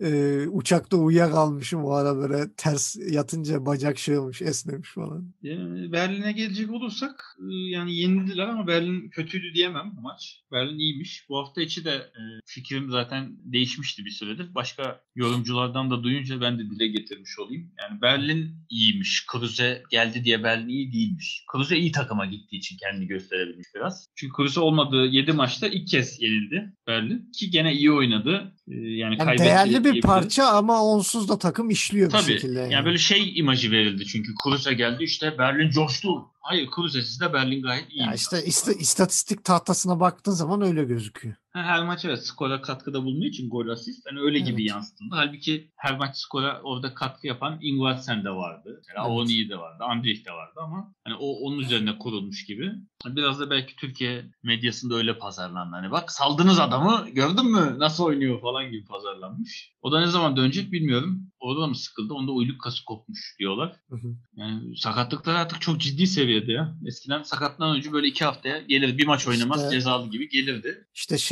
uçakta uyuyakalmışım o ara, böyle ters yatınca bacak olmuş, esnemiş falan. Yani Berlin'e gelecek olursak yani yenildiler ama Berlin kötüydü diyemem bu maç. Berlin iyiymiş. Bu hafta içi de fikrim zaten değişmişti bir süredir. Başka yorumculardan da duyunca ben de dile getirmiş olayım. Yani Berlin iyiymiş. Kruse geldi diye Berlin iyi değilmiş. Kruse iyi takıma gittiği için kendini gösterebilmiş biraz. Çünkü Kruse olmadığı 7 maçta ilk kez yenildi. Berlin. Ki gene iyi oynadı. Yani Yani kaybetti değerli bir diyebiliriz. parça ama onsuz da takım işliyor bir Tabii. şekilde. Yani böyle şey imajı verildi çünkü Kruse geldi işte Berlin coştu. Hayır, Kruse'siz de Berlin gayet Ya iyiymiş işte aslında. istatistik tahtasına baktığın zaman öyle gözüküyor. Her maç evet skora katkıda bulunduğu için gol asist hani öyle gibi Evet. yansıtıldı. Halbuki her maç skora orada katkı yapan Ingvartsen de vardı. Mesela Evet. Oni de vardı. Andrich de vardı ama hani onun üzerine kurulmuş gibi. Biraz da belki Türkiye medyasında öyle pazarlandı. Hani bak saldınız adamı gördün mü nasıl oynuyor falan gibi pazarlanmış. O da ne zaman dönecek bilmiyorum. Orada mı sıkıldı? Onda uyluk kası kopmuş diyorlar. Hı hı. Yani sakatlıklar artık çok ciddi seviyede ya. Eskiden sakatlanan önce böyle 2 haftaya gelir bir maç oynamaz İşte cezalı gibi gelirdi.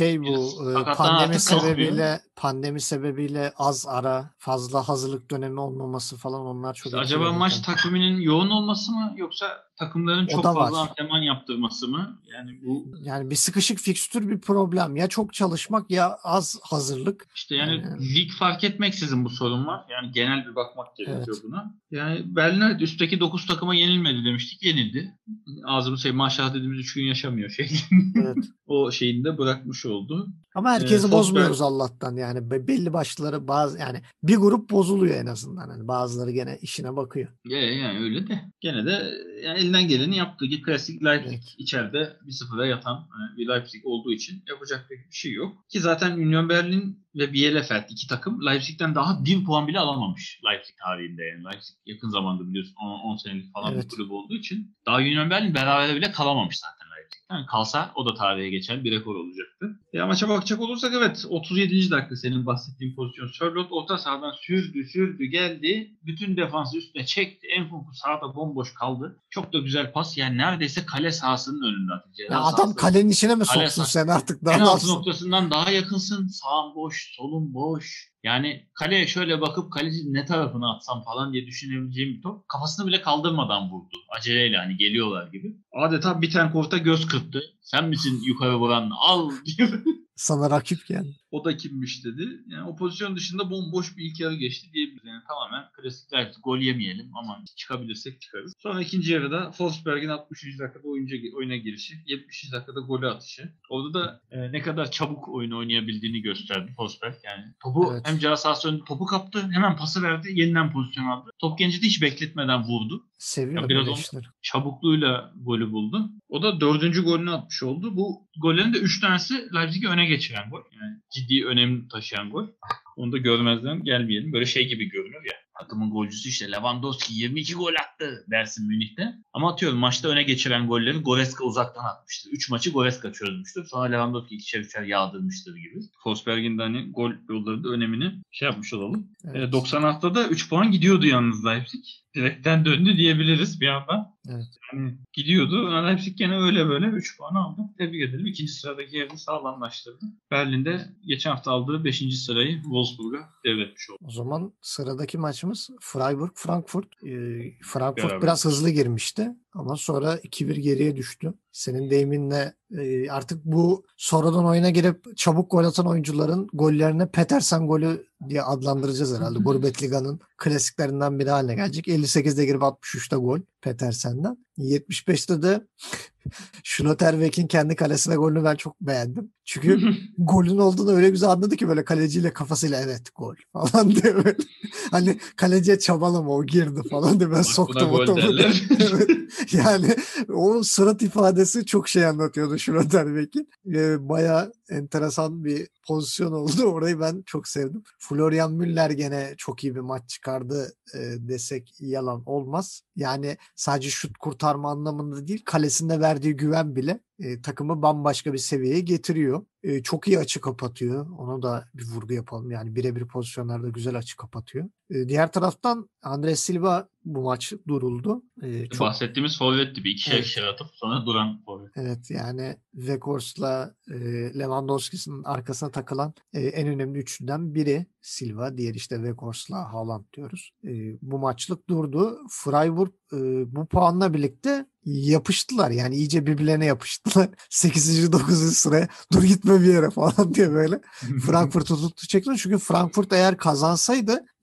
bu Sakatlanan pandemi artık kalkmıyor. sebebiyle az ara, fazla hazırlık dönemi olmaması falan onlar çok İşte acaba etkiledi maç tabii. takviminin yoğun olması mı yoksa takımların O çok da fazla var. antrenman yaptırması mı? Yani bu Yani bir sıkışık fikstür bir problem. Ya çok çalışmak ya az hazırlık. işte yani Yani lig fark etmeksizin bu sorun var. Yani genel bir bakmak gerekiyor evet. buna. Yani Berlin evet üstteki 9 takıma yenilmedi demiştik. Yenildi. Ağzımı maşallah dediğimiz 3 gün yaşamıyor şey. Evet. O şeyini de bırakmış oldu. Ama herkesi Forsberg bozmuyoruz Allah'tan yani belli başlıları bazı yani bir grup bozuluyor en azından hani bazıları gene işine bakıyor. yani öyle de gene de yani elinden geleni yaptı. Klasik Leipzig Evet. içeride 1-0'a yatan bir Leipzig olduğu için yapacak pek bir şey yok. Ki zaten Union Berlin ve Bielefeld iki takım Leipzig'ten daha 1 puan bile alamamış Leipzig tarihinde. Yani Leipzig yakın zamanda biliyorsun 10 senelik falan bir Evet. kulüp olduğu için daha Union Berlin beraber bile kalamamış zaten Leipzig. Yani kalsa o da tarihe geçen bir rekor olacaktı. Maça bakacak olursak evet 37. dakika senin bahsettiğin pozisyon. Sörloth orta sahadan sürdü geldi. Bütün defansı üstüne çekti. Enkunku sahada bomboş kaldı. Çok da güzel pas. Yani neredeyse kale sahasının önünde artık. Ya Ceza adam sahası. kalenin içine mi Kale soksun sahası. sen artık daha ne Penaltı yapsın? noktasından daha yakınsın. Sağın boş, solun boş. Yani kaleye şöyle bakıp kaleci ne tarafına atsam falan diye düşünebileceğim bir top. Kafasını bile kaldırmadan vurdu. Aceleyle hani geliyorlar gibi. Adeta biten korta göz kırptı. Sen misin yukarı vuran? Al diye. Sana rakip yani. O da kimmiş dedi. Yani o pozisyon dışında bomboş bir ilk yarı geçti diyebiliriz. Yani tamamen klasik Leipzig. Gol yemeyelim ama çıkabilirsek çıkarız. Sonra ikinci yarıda Forsberg'in 60. dakikada oyuna girişi, 70. dakikada golü atışı. Orada da ne kadar çabuk oyun oynayabildiğini gösterdi Forsberg. Yani topu hem Evet. ceza sahası önünde topu kaptı, hemen pası verdi, yeniden pozisyon aldı. Top genci de hiç bekletmeden vurdu. Ya Seviyorum biraz öyle onun işleri. çabukluğuyla golü buldu. O da dördüncü golünü atmış oldu. Bu gollerin de 3 tanesi Leipzig'i öne geçiren gol. Yani ciddi önem taşıyan gol. Onu da görmezden gelmeyelim. Böyle şey gibi görünür ya. Takımın golcüsü işte Lewandowski 22 gol attı dersin Münih'te. Ama atıyorum maçta öne geçiren golleri Goretzka uzaktan atmıştır. 3 maçı Goretzka çözmüştür. Sonra Lewandowski ikişer üçer yağdırmıştır gibi. Forsberg'in de hani gol yolları da önemini şey yapmış olalım. Evet. 90 haftada 3 puan gidiyordu yalnız Leipzig. Direkten döndü diyebiliriz bir anda. Evet. Yani gidiyordu. Leipzig gene öyle böyle 3 puan aldı. Tebrik edelim. İkinci sıradaki yerini sağlamlaştırdı. Berlin'de geçen hafta aldığı 5. sırayı Wolfsburg'a devretmiş oldu. O zaman sıradaki maçımız Freiburg-Frankfurt. Frankfurt Beraber. biraz hızlı girmişti ama sonra 2-1 geriye düştü. Senin deyiminle artık bu sonradan oyuna girip çabuk gol atan oyuncuların gollerine Petersen golü diye adlandıracağız herhalde. Gurbetliga'nın klasiklerinden biri haline gelecek. 58'de girip 63'te gol Petersen'den. 75'te de Schlotterbeck'in kendi kalesine golünü ben çok beğendim. Çünkü golün olduğunu öyle güzel anladı ki böyle kaleciyle kafasıyla evet gol falan diye böyle. Hani kaleciye çabalama o girdi falan diye ben Bak buna soktum o gol topu diye. derler. Evet. Yani o surat ifadesi çok şey anlatıyordu Schlotterbeck'in. Bayağı enteresan bir pozisyon oldu. Orayı ben çok sevdim. Florian Müller gene çok iyi bir maç çıkardı desek yalan olmaz. Yani sadece şut kurtarma anlamında değil, kalesinde verdiği güven bile takımı bambaşka bir seviyeye getiriyor. Çok iyi açı kapatıyor. Ona da bir vurgu yapalım. Yani birebir pozisyonlarda güzel açı kapatıyor. Diğer taraftan Andres Silva bu maç duruldu. Çok Bahsettiğimiz forvetti. Bir ikişer evet. ikişer atıp sonra duran forvet. Evet yani Weghorst'la Lewandowski'nin arkasına takılan en önemli üçlüden biri Silva. Diğer işte Weghorst'la Haaland diyoruz. Bu maçlık durdu. Freiburg bu puanla birlikte yapıştılar. Yani iyice birbirlerine yapıştılar. 8. 9. sıraya dur gitme bir yere falan diye böyle Frankfurt'u tuttu çekti. Çünkü Frankfurt eğer kazansaydı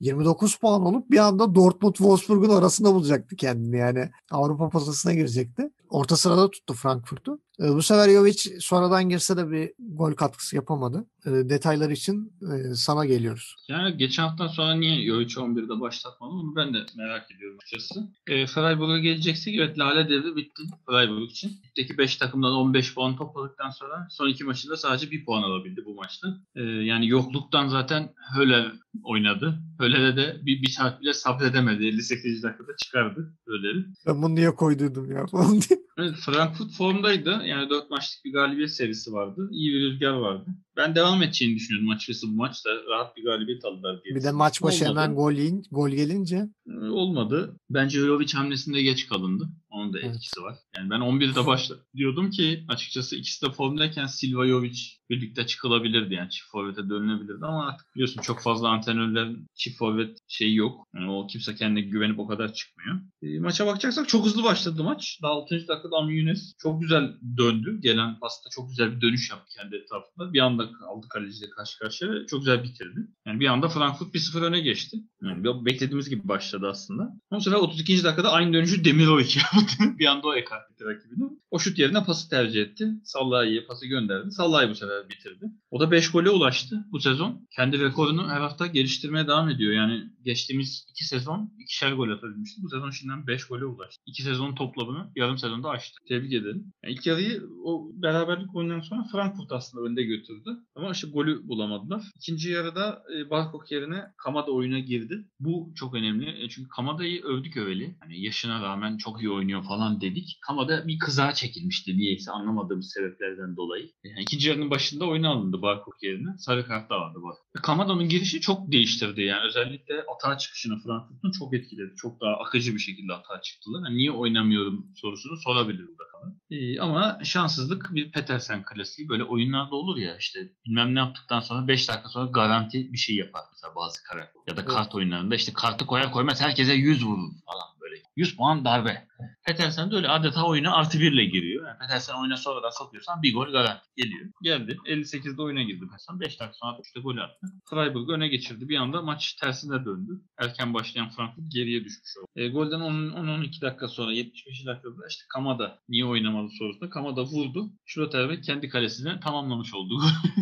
29 puan olup bir anda Dortmund Wolfsburg'un arasında bulacaktı kendini yani. Avrupa potasına girecekti. Orta sırada tuttu Frankfurt'u. Bu sefer Jovic sonradan girse de bir gol katkısı yapamadı. Detaylar için sana geliyoruz. Yani geçen hafta sonra niye Jovic 11'de başlatmadı onu ben de merak ediyorum açıkçası. Freiburg'a geleceksek evet Lale devri bitti Freiburg için. Ligdeki 5 takımdan 15 puan topladıktan sonra son 2 maçında sadece 1 puan alabildi bu maçta. Yani yokluktan zaten Höller oynadı. Höller'e de bir saat bile sabredemedi. 58 dakikada çıkardı Höller'i. Ben bunu niye koyduydum ya falan diye. Evet, Frankfurt formdaydı. Yani 4 maçlık bir galibiyet serisi vardı. İyi bir rüzgar vardı. Ben devam edeceğini düşünüyordum açıkçası bu maçta. Rahat bir galibiyet aldılar diye. Bir de maç başı Olmadı. hemen gol gelince. Olmadı. Bence Jovic hamlesinde geç kalındı. Onun da etkisi var. Yani ben 11'de diyordum ki açıkçası ikisi de formdayken Silva Jovic birlikte çıkılabilirdi. Yani çift forvete dönülebilirdi ama artık biliyorsun çok fazla antrenörlerin çift forvet şeyi yok. Yani o kimse kendine güvenip o kadar çıkmıyor. Maça bakacaksak çok hızlı başladı maç. Daha 6. dakikada Ami Younes çok güzel döndü. Gelen pasta çok güzel bir dönüş yaptı kendi etrafında. Bir anda aldı kaleciyle karşı karşıya ve çok güzel bitirdi. Yani bir anda Frankfurt 1-0 öne geçti. Yani beklediğimiz gibi başladı aslında. O sefer 32. dakikada aynı dönüşü Demirovic yaptı. Bir anda o ekart etti rakibini. O şut yerine pası tercih etti. Sallai'ye pası gönderdi. Sallai bu sefer bitirdi. O da 5 gole ulaştı bu sezon. Kendi rekorunu her hafta geliştirmeye devam ediyor. Yani geçtiğimiz 2 sezon 2'şer gol atabilmişti. Bu sezon şimdiden 5 gole ulaştı. 2 sezonun toplamını yarım sezonda aştı. Tebrik ederim. Yani ilk yarıyı o beraberlik oyundan sonra Frankfurt aslında önde götürdü. Ama işte golü bulamadılar. İkinci yarıda Barkok yerine Kamada oyuna girdi. Bu çok önemli. Çünkü Kamada'yı övdük öveli. Hani yaşına rağmen çok iyi oynuyor falan dedik. Kamada bir kızağa çekilmişti niyeyse anlamadığımız sebeplerden dolayı. Yani ikinci yarının başında oyuna alındı Barkok yerine. Sarı kart da vardı Barkok. Kamada'nın girişi çok değiştirdi yani. Özellikle atağa çıkışını Frankfurt'un çok etkiledi. Çok daha akıcı bir şekilde atağa çıktılar. Yani niye oynamıyorum sorusunu sorabilir burada Kamada. Ama şanssızlık bir Petersen klasiği. Böyle oyunlarda olur ya işte bilmem ne yaptıktan sonra 5 dakika sonra garanti bir şey yapar mesela bazı karakter. Ya da kart oyunlarında işte kartı koyar koymaz herkese 100 vurur falan böyle. 100 puan darbe. Petersen de öyle adeta oyuna artı 1 ile giriyor. Yani Petersen oyuna sonradan satıyorsan bir gol garanti geliyor. Geldi. 58'de oyuna girdi Petersen. 5 dakika sonra 63'te gol attı. Freiburg öne geçirdi. Bir anda maç tersine döndü. Erken başlayan Frankfurt geriye düşmüş oldu. Golden 10-12 dakika sonra 75 dakikada işte Kamada niye oynamadı sorusunda Kamada vurdu. Schlotterbeck kendi kalesine tamamlamış oldu.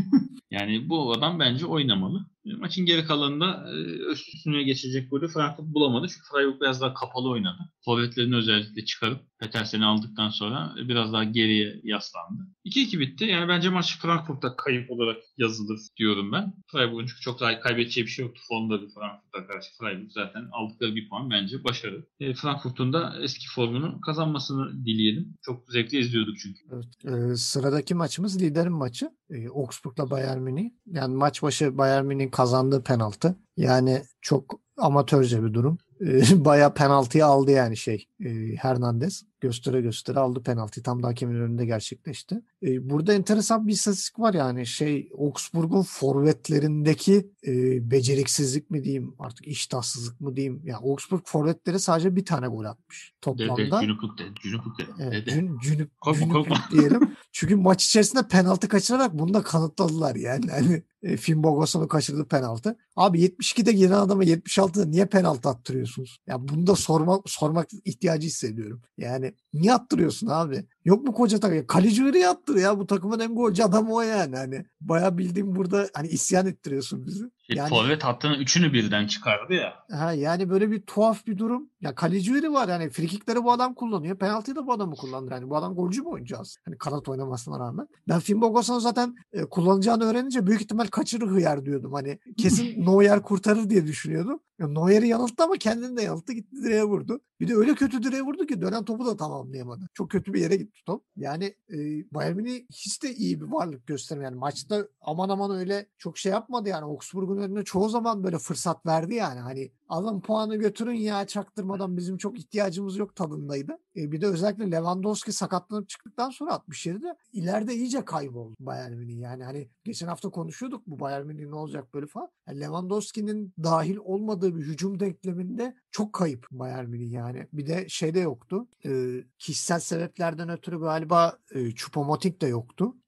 Yani bu adam bence oynamalı. Maçın geri kalanında üstüne geçecek golü Frankfurt bulamadı. Çünkü Freiburg biraz daha kapalı oynadı. Forvetlerini özellikle çıkarıp Petersen'i aldıktan sonra biraz daha geriye yaslandı. 2-2 bitti. Yani bence maç Frankfurt'ta kayıp olarak yazılır diyorum ben. Freiburg'un çünkü çok daha kaybedeceği bir şey yoktu. Formda bir Frankfurt'a karşı Freiburg zaten aldıkları bir puan bence başarı. Frankfurt'un da eski formunu kazanmasını dileyelim. Çok zevkli izliyorduk çünkü. Evet. Sıradaki maçımız liderin maçı. Augsburg'la Bayern Münih. Yani maç başı Bayern Münih'in kazandığı penaltı. Yani çok amatörce bir durum. Bayağı penaltıyı aldı yani Hernandez. Göstere göstere aldı penaltıyı. Tam da hakemin önünde gerçekleşti. Burada enteresan bir istatistik var yani Augsburg'un forvetlerindeki beceriksizlik mi diyeyim artık iştahsızlık mı diyeyim. Yani Augsburg forvetleri sadece bir tane gol atmış toplamda. Cünüplük de. Evet, Korkma. cünüplük diyelim. Çünkü maç içerisinde penaltı kaçırarak bunu da kanıtladılar yani. Hani Finn Bogoson'un kaçırdığı penaltı. Abi 72'de giren adama 76'da niye penaltı attırıyorsunuz? Ya bunu da sormak ihtiyacı hissediyorum. Yani niye attırıyorsun abi? Yok mu koca takım? Kaleci öyle attır ya. Bu takımın en golcü adamı o yani. Hani bayağı bildiğim burada hani isyan ettiriyorsun bizi. Yani forvet hattının üçünü birden çıkardı ya. Yani böyle bir tuhaf bir durum. Ya kaleci yeri var yani frikikleri bu adam kullanıyor. Penaltıyı da bu adam mı kullanır? Yani bu adam golcü mü oyuncağız? Hani kanat oynamasına rağmen. Ben Finn Bogoson'u zaten kullanacağını öğrenince büyük ihtimal kaçırır hıyar diyordum. Hani kesin Neuer kurtarır diye düşünüyordum. Ya Neuer'i yanılttı ama kendini de yanılttı. Gitti direğe vurdu. Bir de öyle kötü direğe vurdu ki dönen topu da tamamlayamadı. Çok kötü bir yere gitti top. Yani Bayern Münih hiç de iyi bir varlık göstermiyor. Yani maçta aman aman öyle çok şey yapmadı yani. Augsburg'un önüne çoğu zaman böyle fırsat verdi yani. Hani alın puanı götürün ya çaktırmadan bizim çok ihtiyacımız yok tadındaydı. Bir de özellikle Lewandowski sakatlanıp çıktıktan sonra 67'de ileride iyice kayboldu Bayern Münih. Yani hani geçen hafta konuşuyorduk bu Bayern Münih ne olacak böyle falan. Yani Lewandowski'nin dahil olmadığı bir hücum denkleminde çok kayıp Bayern Münih yani. Bir de yoktu. Kişisel sebeplerden ötürü galiba Choupo-Moting de yoktu.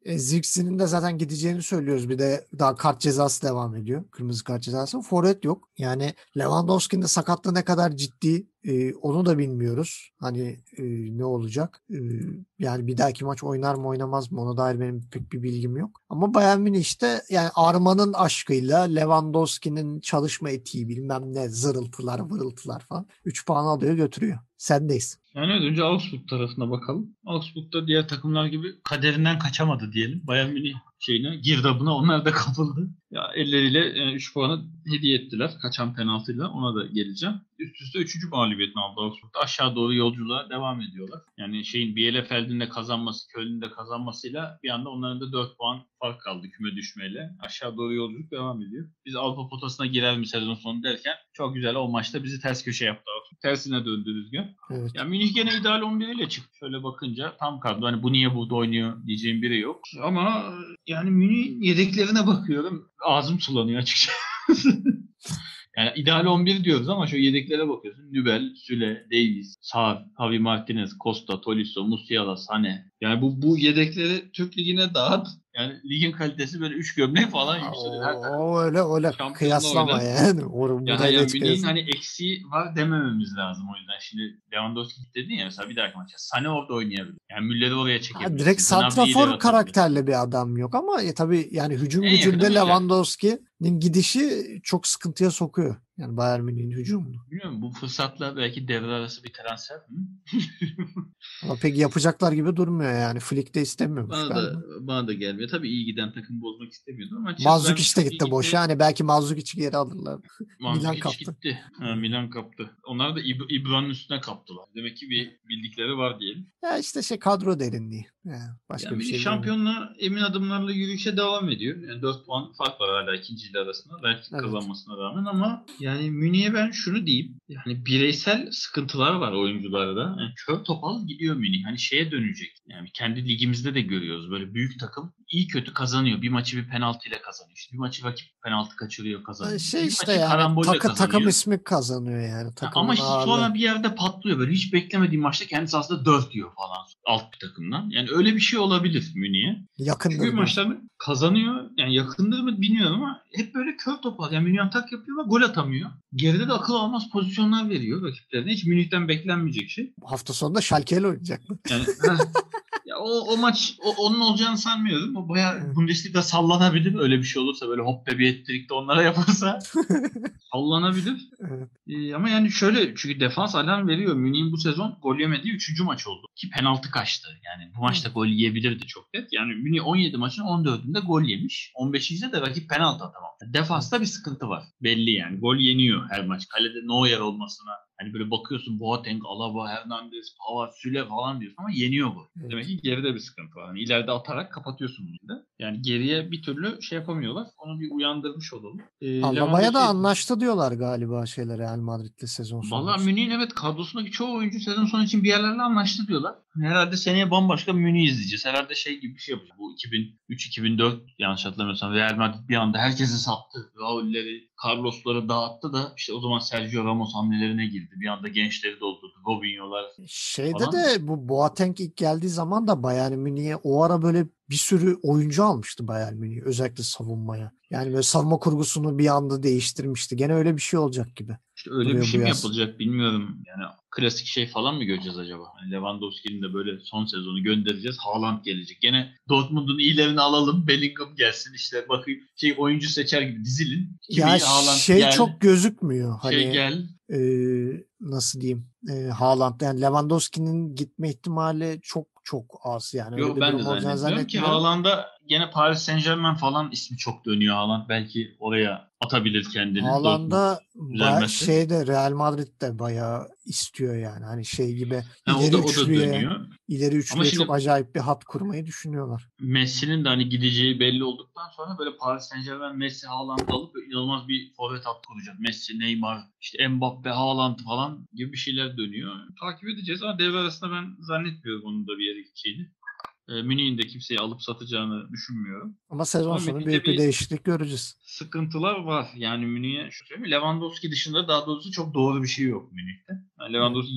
Zirkzeen'in de zaten gideceğini söylüyoruz. Bir de daha kart cezası devam ediyor. Kırmızı kart cezası. Forvet yok. Yani Lewandowski'nin de sakatlığı ne kadar ciddi onu da bilmiyoruz. Hani ne olacak? Yani bir dahaki maç oynar mı oynamaz mı? Ona dair benim pek bir bilgim yok. Ama Bayern Münih işte yani Arma'nın aşkıyla Lewandowski'nin çalışma etiği bilmem ne zırıltılar vırıltılar falan. 3 puan alıyor götürüyor. Sendeyiz. Yani evet, önce Augsburg tarafına bakalım. Augsburg'da diğer takımlar gibi kaderinden kaçamadı diyelim. Bayern Münih girdabına onlar da kapıldı. Ya elleriyle 3 puanı hediye ettiler. Kaçan penaltıyla ona da geleceğim. Üst üste 3. mağlubiyetini aldı Augsburg'da. Aşağı doğru yolculuğa devam ediyorlar. Yani Bielefeld'in de kazanması, Köln'ün de kazanmasıyla bir anda onların da 4 puan fark kaldı küme düşmeyle. Aşağı doğru yolculuk devam ediyor. Biz Avrupa potasına girer mi sezon sonu derken çok güzel o maçta bizi ters köşe yaptı. Tersine döndü rüzgar. Evet. Ya Münih gene ideal 11 ile çıktı. Şöyle bakınca tam kadro. Hani bu niye burada oynuyor diyeceğim biri yok. Ama yani Münih yedeklerine bakıyorum. Ağzım sulanıyor açıkçası. Yani ideal 11 diyoruz ama şu yedeklere bakıyorsun. Nübel, Süle, Davies, Sar, Javi Martinez, Costa, Tolisso, Musiala, Sane. Yani bu yedekleri Türk Ligi'ne dağıt. Yani ligin kalitesi böyle 3 gömlek falan yükseliyor. Her takım O öyle şampiyonla kıyaslama oynar. yani. Bu Ya da yani net Münih'in kıyaslama. hani eksiği var demememiz lazım o yüzden. Şimdi Lewandowski dedin ya mesela bir dahaki maça. Sane orada oynayabilir. Yani Müller'i oraya Direkt çekebilirsin. Gnabry'i ileri santrafor atabilirsin. karakterli bir adam yok ama tabii yani hücum En yakını gücünde Müller. Lewandowski'nin gidişi çok sıkıntıya sokuyor. Yani Bayern Münih'in hücumunu. Bilmiyorum bu fırsatla belki devre arası bir transfer mi? Ama pek yapacaklar gibi durmuyor yani. Flick de istemiyormuş Bana da galiba. bana da gelmiyor. Tabii iyi giden takım bozmak istemiyordu ama açıkçası ben Mandzukic de çok iyi gitti boşa. gitti. Hani belki Mandzukic'i geri alırlar. Milan Mandzukic kaptı. gitti. Ha, Milan kaptı. Onlar da İbra'nın üstüne kaptılar. Demek ki bir bildikleri var diyelim. Ya işte kadro derinliği. Yani başka Yani bir Münih şey demiyorum. şampiyonluğa emin adımlarla yürüyüşe devam ediyor. Yani 4 puan fark var hala ikinciyle arasında. Belki Evet. kazanmasına rağmen ama yani Münih'e ben şunu diyeyim. Yani bireysel sıkıntılar var oyuncularda. Yani kör topal gidiyor Münih. Hani şeye dönecek. Yani kendi ligimizde de görüyoruz. Böyle büyük takım iyi kötü kazanıyor. Bir maçı bir penaltıyla kazanıyor. İşte bir maçı rakip penaltı kaçırıyor kazanıyor. Şey Bir işte maçı yani karambolle takım kazanıyor. ismi kazanıyor yani. Ama Takımın işte ağırlığı. sonra bir yerde patlıyor böyle. Hiç beklemediğim maçta kendisi aslında 4 yiyor falan alt bir takımdan. Yani öyle bir şey olabilir Münih'e. Çünkü Yakındır diyorsun. maçlarını kazanıyor. Yani yakındır mı bilmiyorum ama hep böyle kör topal. Yani Münih atak yapıyor ama gol atamıyor. Geride de akıl almaz pozisyonlar veriyor rakiplerine. Hiç Münih'ten beklenmeyecek şey. Hafta sonunda Schalke ile oynayacak mı? Yani ya o maç onun olacağını sanmıyorum. O bayağı Bundesliga sallanabilir. Öyle bir şey olursa böyle hop bir ettirik de onlara yapılsa sallanabilir. Evet. Ama yani şöyle çünkü defans alarm veriyor. Münih'in bu sezon gol yemediği 3. maç oldu. Ki penaltı kaçtı. Yani bu maçta gol yiyebilirdi çok net. Yani Münih 17 maçın 14'ünde gol yemiş. 15'inde de rakip penaltı atamam. Defansta bir sıkıntı var. Belli yani. Gol yeniyor her maç. Kalede Neuer olmasına. Hani böyle bakıyorsun Boateng, Alaba, Hernandez, Pavard, Süle falan diyorsun ama yeniyor gol. Demek ki geride bir sıkıntı var. Yani ileride atarak kapatıyorsun bunu da. Yani geriye bir türlü şey yapamıyorlar. Onu bir uyandırmış olalım. Alaba'ya da Lewandowski anlaştı diyorlar galiba Real Madrid'le sezon sonu Valla için. Münih'in evet kadrosundaki çoğu oyuncu sezon sonu için bir yerlerle anlaştı diyorlar. Herhalde seneye bambaşka bir Münih izleyeceğiz. Herhalde şey gibi bir şey yapacak. Bu 2003-2004 yanlış hatırlamıyorsam Real Madrid bir anda herkesi sattı. Raul'leri, Carlos'ları dağıttı da işte o zaman Sergio Ramos hamlelerine girdi. Bir anda gençleri doldurdu. Robinho'lar Şeyde falan. de bu Boateng ilk geldiği zaman da Bayern Münih'e o ara böyle bir sürü oyuncu almıştı Bayern Münih. Özellikle savunmaya. Yani böyle savunma kurgusunu bir anda değiştirmişti. Gene öyle bir şey olacak gibi. İşte öyle bir Duruyor bu şey mi yaz. yapılacak bilmiyorum. Yani klasik şey falan mı göreceğiz acaba? Hani Lewandowski'nin de böyle son sezonu göndereceğiz. Haaland gelecek. Gene Dortmund'un iyilerini alalım. Bellingham gelsin. İşte bakayım oyuncu seçer gibi dizilin. Kim Ya iyi? Haaland çok gel. gözükmüyor. Şey Hani gel. nasıl diyeyim? Haaland yani Lewandowski'nin gitme ihtimali çok çok az yani. Öyle Yok bir ben de durum olacağını zannetmiyorum ki zannetmiyorum. Haaland'a gene Paris Saint-Germain falan ismi çok dönüyor Haaland. Belki oraya atabilir kendini. Dortmund Haaland'a düzelmezse. Real Madrid de bayağı istiyor yani. Hani şey gibi Ha, o da dönüyor. ileri Ama üçlüye şimdi çok acayip bir hat kurmayı düşünüyorlar. Messi'nin de hani gideceği belli olduktan sonra böyle Paris Saint-Germain Messi Haaland'ı alıp inanılmaz bir forvet hattı kuracak. Messi, Neymar, işte Mbappe, Haaland falan gibi bir şeyler dönüyor. Takip edeceğiz ama devre arasında ben zannetmiyorum onun da bir yere gideceğini. Münih'in de kimseyi alıp satacağını düşünmüyorum. Ama sezon Ama sonu Münih'te büyük bir bir değişiklik göreceğiz. sıkıntılar var. Yani Münih'e şu söyleyeyim. Lewandowski dışında daha doğrusu çok doğru bir şey yok Münih'te. Yani Lewandowski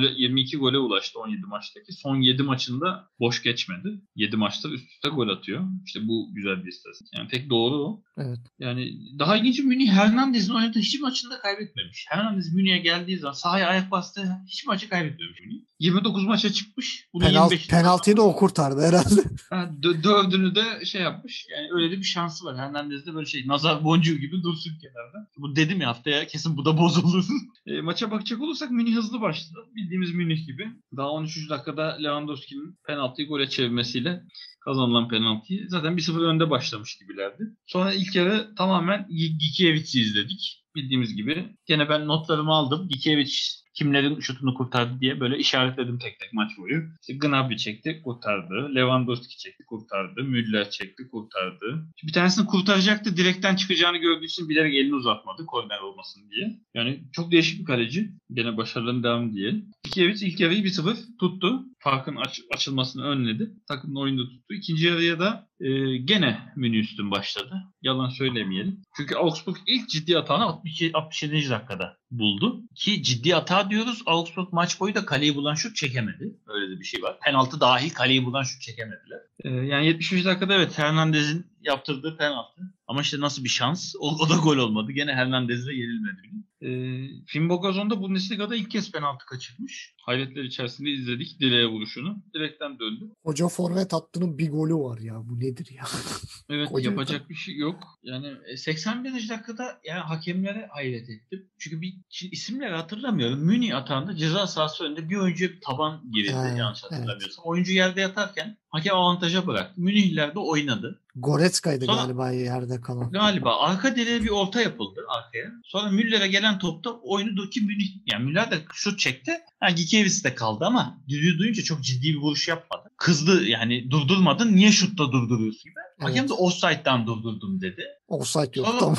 22 gole ulaştı 17 maçtaki. Son 7 maçında boş geçmedi. 7 maçta üst üste gol atıyor. İşte bu güzel bir istatistik. Yani tek doğru o. Evet. Yani daha ilginci Münih Hernandez'in oynadığı hiçbir maçında kaybetmemiş. Hernandez Münih'e geldiği zaman sahaya ayak bastığı hiç maçı kaybetmemiş Münih. 29 maça çıkmış. Bunun 25'ini Penaltıyı da o kurtardı herhalde. dördünü de şey yapmış. Yani öyle de bir şansı var. Hernandez'de böyle nazar boncuğu gibi dursun kenarda. Bu dedim ya, haftaya kesin bu da bozulur. Maça bakacak olursak Münih hızlı başladı. Bildiğimiz Münih gibi. Daha 13. dakikada Lewandowski'nin penaltıyı gole çevirmesiyle kazanılan penaltıyı zaten 1-0 önde başlamış gibilerdi. Sonra ilk yarı tamamen Gikiewicz izledik. Bildiğimiz gibi. Gene ben notlarımı aldım. Gikiewicz kimlerin şutunu kurtardı diye böyle işaretledim tek tek maç boyu. İşte Gnabry çekti, kurtardı. Lewandowski çekti, kurtardı. Müller çekti, kurtardı. Bir tanesini kurtaracaktı. Direkten çıkacağını gördüğü için bilerek elini uzatmadı. Korner olmasın diye. Yani çok değişik bir kaleci. Gene başarılarının devamı diyelim. Gikiewicz ilk yarıyı 1-0 tuttu. Farkın açılmasını önledi. Takımın oyunu tuttu. İkinci yarıya da gene Münih üstün başladı. Yalan söylemeyelim. Çünkü Augsburg ilk ciddi hatağını 67. dakikada buldu. Ki ciddi hata diyoruz. Augsburg maç boyu da kaleyi bulan şut çekemedi. Öyle de bir şey var. Penaltı dahil kaleyi bulan şut çekemediler. Yani 75 dakikada evet Hernandez'in yaptırdığı penaltı. Ama işte nasıl bir şans. O da gol olmadı. Gene Hernandez'le yenilmedi. Finn Bogason da Bundesliga'da ilk kez penaltı kaçırmış. Hayretler içerisinde izledik direğe vuruşunu. Direkten döndü. Hoca forvet hattının bir golü var ya. Bu nedir ya? Evet, yapacak bir şey yok. Yani 81. dakikada yani hakemlere hayret ettim. Çünkü şimdi isimleri hatırlamıyorum. Münih atağında ceza sahası önünde bir oyuncuya bir taban girildi yanlış hatırlamıyorsam. Evet. Oyuncu yerde yatarken hakem avantaja bıraktı. Münihliler de oynadı. Goretzka'ydı galiba yerde kalan. Galiba arka direğe bir orta yapıldı arkaya. Sonra Müller'e gelen topta oyunu Münih, yani Müller de şut çekti. Gikiewicz de kaldı ama düdüğü duyunca çok ciddi bir vuruş yapmadı. Kızdı yani, durdurmadın, niye şutta durduruyorsun gibi. Evet. Hakem de offside'dan durdurdum dedi. Offside yok tamam.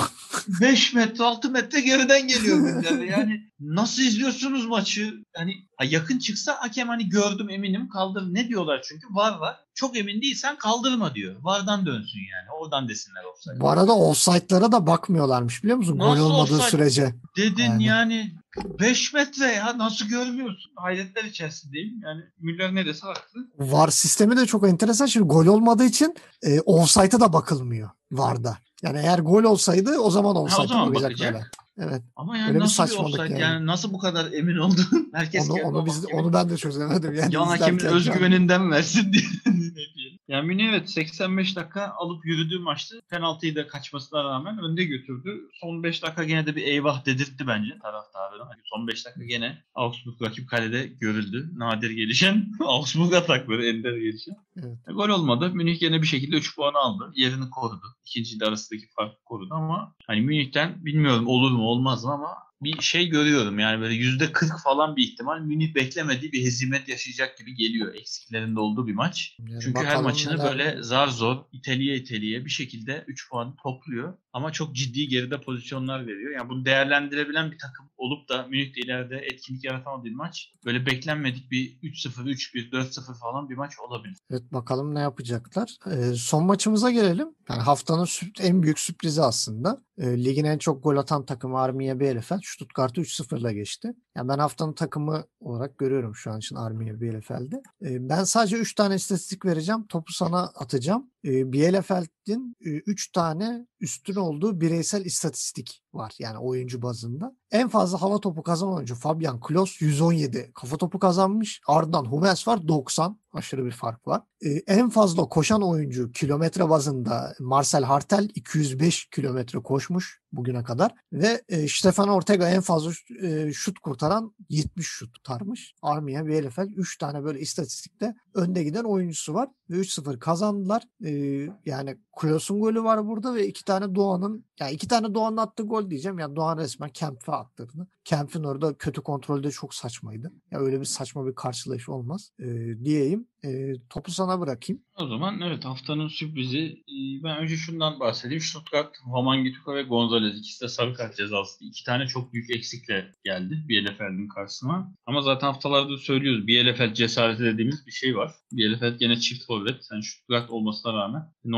5 metre 6 metre geriden geliyor Müller. Yani nasıl izliyorsunuz maçı? Yani yakın çıksa hakem gördüm eminim kaldır. Ne diyorlar çünkü var. Çok emin değilsen kaldırma diyor. VAR'dan dönsün yani. Oradan desinler offside. Bu arada offside'lara da bakmıyorlarmış biliyor musun? Nasıl gol olmadığı offside sürece. Dedin yani 5 metre ya nasıl görmüyorsun? Hayretler içerisindeyim. Yani Müller ne dese haklı. VAR sistemi de çok enteresan. Şimdi gol olmadığı için offside'a da bakılmıyor VAR'da. Yani eğer gol olsaydı o zaman offside'a bakacak. Evet. Ama yani nasıl bir offside yani nasıl bu kadar emin oldun? Herkes onu ben de çözemedim. Yani yan hakemin özgüveninden versin diye. Yani Münih evet 85 dakika alıp yürüdüğü maçta penaltıyı da kaçmasına rağmen önde götürdü. Son 5 dakika gene de bir eyvah dedirtti bence taraftarına. Son 5 dakika gene Augsburg rakip kalede görüldü. Nadir gelişen Augsburg atakları, ender gelişen. Evet. Gol olmadı. Münih gene bir şekilde 3 puanı aldı. Yerini korudu. İkinci de arasındaki farkı korudu ama Münih'ten bilmiyorum olur mu olmaz mı ama bir şey görüyorum. Yani böyle %40 falan bir ihtimal Münih beklemediği bir hezimet yaşayacak gibi geliyor. Eksiklerinde olduğu bir maç. Yani çünkü her maçını böyle zar zor iteliye bir şekilde 3 puan topluyor. Ama çok ciddi geride pozisyonlar veriyor. Yani bunu değerlendirebilen bir takım olup da Münih'te ileride etkinlik yaratamadığı bir maç. Böyle beklenmedik bir 3-0, 3-1, 4-0 falan bir maç olabilir. Evet, bakalım ne yapacaklar. Son maçımıza gelelim. Yani haftanın en büyük sürprizi aslında. Ligin en çok gol atan takımı Arminia Bielefeld Stuttgart'ı 3-0'la geçti. Yani ben haftanın takımı olarak görüyorum şu an için Arminia Bielefeld'i. Ben sadece 3 tane istatistik vereceğim. Topu sana atacağım. Bielefeld'in 3 tane üstün olduğu bireysel istatistik var. Yani oyuncu bazında. En fazla hava topu kazanan oyuncu Fabian Klos 117 kafa topu kazanmış. Ardından Hummels var 90. Aşırı bir fark var. En fazla koşan oyuncu kilometre bazında Marcel Hartel 205 kilometre koşmuş bugüne kadar. Ve Stefan Ortega en fazla şut kurtaran 70 şut kurtarmış. Arminia Bielefeld 3 tane böyle istatistikte önde giden oyuncusu var. Ve 3-0 kazandılar. Yani Klos'un golü var burada ve 2 tane Doğan'ın attığı gol diyeceğim. Yani Doğan resmen Kempf'e attırdı. Kempf'in orada kötü kontrolde çok saçmaydı. Ya öyle bir saçma bir karşılayış olmaz diyeyim. Topu sana bırakayım. O zaman evet haftanın sürprizi. Ben önce şundan bahsedeyim. Stuttgart, Wamangituka ve Gonzalez ikisi de sarı kart cezası. 2 tane çok büyük eksikle geldi Bielefeld'in karşısına. Ama zaten haftalarda söylüyoruz. Bielefeld cesareti dediğimiz bir şey var. Bielefeld gene çift forvet. Yani Stuttgart olmasına rağmen No House'a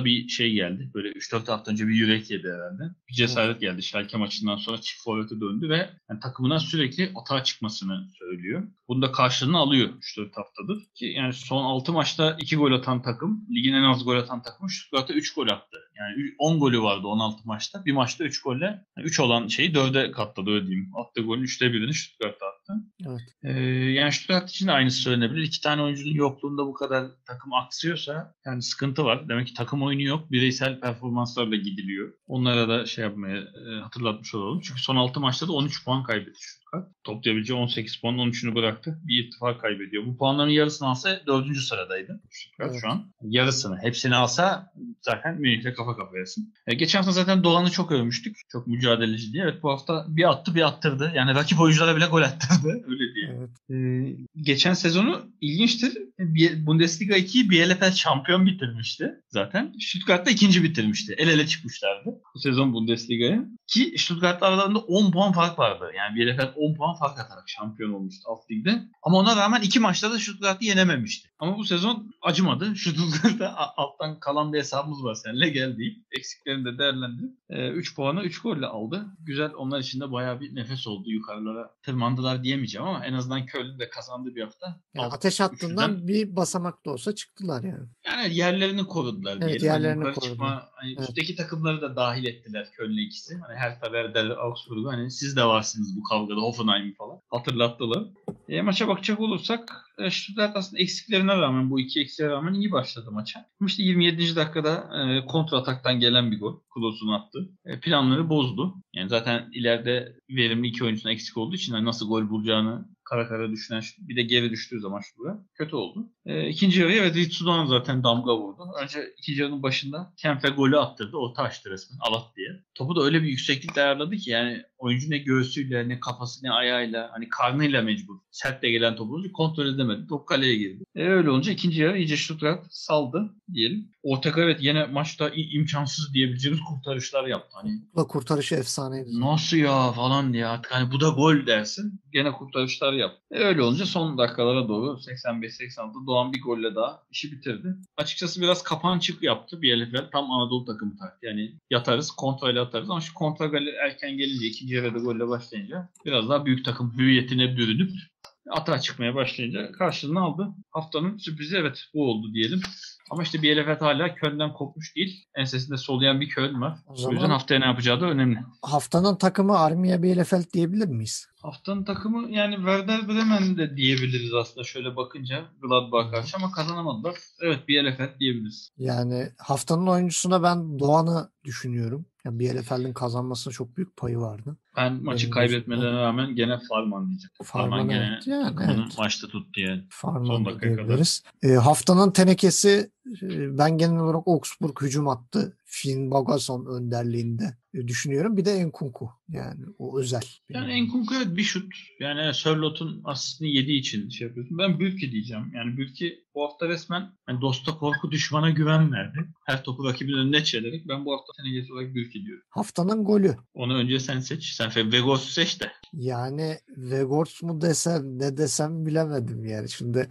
bir şey geldi. Böyle 3-4 hafta önce bir yürek yedi herhalde. Bir cesaret geldi. Schalke maçından sonra çift forvete döndü ve yani takımına sürekli atağa çıkmasını söylüyor. Bunu da karşılığını alıyor 3-4 haftadır. Ki yani son 6 maçta 2 gol atan takım, ligin en az gol atan takımı Stuttgart'a 3 gol attı. Yani 10 golü vardı 16 maçta. Bir maçta 3 golle 3 olan şeyi 4'e katladı, öyle diyeyim. Attığı golün 3'te 1'ini Stuttgart'ta attı. Evet. Yani Stuttgart için de aynısı söylenebilir. 2 tane oyuncunun yokluğunda bu kadar takım aksıyorsa yani sıkıntı var. Demek ki takım oyunu yok. Bireysel performanslarla gidiliyor. Onlara da şey yapmaya hatırlatmış olalım. Çünkü son 6 maçta da 13 puan kaybetti Stuttgart. Toplayabileceği 18 puanın 13'ünü bıraktı. Bir irtifa kaybediyor. Bu puanların yarısını alsa 4. sıradaydı Stuttgart Evet. şu an. Yarısını. Hepsini alsa zaten Münih'le kafa kafayasın. Geçen hafta zaten Doğan'ı çok övmüştük. Çok mücadeleci diye. Evet, bu hafta bir attı bir attırdı. Yani rakip oyunculara bile gol attırdı. Öyle diye. Evet. Geçen sezonu ilginçtir. Bundesliga 2'yi Bielefeld şampiyon bitirmişti zaten. Stuttgart'ta ikinci bitirmişti. El ele çıkmışlardı bu sezon Bundesliga'ya. Ki Stuttgart'la aralarında 10 puan fark vardı. Yani Bielefeld 10 puan fark atarak şampiyon olmuştu alt ligde. Ama ona rağmen 2 maçta da Stuttgart'ı yenememişti. Ama bu sezon acımadı. Stuttgart'ta alttan kalan bir hesabımız var seninle, geldi. Eksiklerini de değerlendirip 3 puanı 3 golle aldı. Güzel, onlar için de bayağı bir nefes oldu. Yukarılara tırmandılar diyemeyeceğim ama en azından Köln de kazandı bir hafta. Yani ateş hattından bir basamak da olsa çıktılar yani. Yani yerlerini korudular diyelim. Evet, yerlerini yukarı korudular. çıkma, Evet. üstteki takımları da dahil ettiler Köln'le ikisi. Hani Hertha, Werder, Augsburg'u hani siz de varsınız bu kavgada, Hoffenheim'i falan hatırlattılar. Maça bakacak olursak Stuttgart aslında eksiklerine rağmen, bu iki eksiğe rağmen iyi başladı maça. İşte 27. dakikada kontra ataktan gelen bir gol. Klos'un attı. Planları bozdu. Yani zaten ileride verimli iki oyuncunun eksik olduğu için hani nasıl gol bulacağını kara kara düşünen, bir de geri düştüğü zaman şurada kötü oldu. İkinci yarıya evet Ritsudoğan zaten damga vurdu. Önce ikinci yarının başında Kemp'e golü attırdı. O taştı resmen alat diye. Topu da öyle bir yükseklikle ayarladı ki yani oyuncu ne göğsüyle, ne kafası, ne ayağıyla, hani karnıyla mecbur. Sertle gelen topu kontrol edemedi. Top kaleye girdi. Öyle olunca ikinci yarı iyice Stuttgart saldı diyelim. Ortak evet yine maçta imkansız diyebileceğimiz kurtarışlar yaptı. Hani Kurtarışı efsaneydi. nasıl ya falan diye artık hani bu da gol dersin. Gene kurtarışlar yap. Öyle olunca son dakikalara doğru 85-86 Doğan bir golle daha işi bitirdi. Açıkçası biraz kapançık yaptı Bielefeld. Tam Anadolu takımı taktı. Yani yatarız, kontrayla atarız ama şu kontra golü erken gelince, ikinci yarıda golle başlayınca biraz daha büyük takım hüviyetine bürünüp atağa çıkmaya başlayınca karşılığını aldı. Haftanın sürprizi evet bu oldu diyelim. Ama işte Bielefeld hala Köln'den kopmuş değil. Ensesinde soluyan bir Köln var. O yüzden haftaya ne yapacağı da önemli. Haftanın takımı Arminia Bielefeld diyebilir miyiz? Haftanın takımı yani Werder Bremen de diyebiliriz aslında şöyle bakınca Gladbach'a karşı, ama kazanamadılar. Evet, Bielefeld diyebiliriz. Yani haftanın oyuncusuna ben Doğan'ı düşünüyorum. Yani Bielefeld'in kazanmasına çok büyük payı vardı. Ben maçı kaybetmelerine rağmen gene Farman diyeceğim. Farman gene evet, yani, takımını evet. maçta tuttu yani. Farman da diyebiliriz. Haftanın tenekesi ben genel olarak Augsburg hücum attı. Finn Bogason önderliğinde düşünüyorum. Bir de Nkunku. Yani o özel. Yani Nkunku evet bir şut. Yani Sörlot'un asistini yediği için şey yapıyorsun. Ben Bürki diyeceğim. Yani Bürki bu hafta resmen yani dosta korku, düşmana güven verdi. Her topu rakibin önüne çelerek ben bu hafta tenekesi olarak Bürki diyorum. Haftanın golü. Onu önce sen seç. Sen Vegors'u seç de. Yani Vegors mu desem ne desem bilemedim yani. Şimdi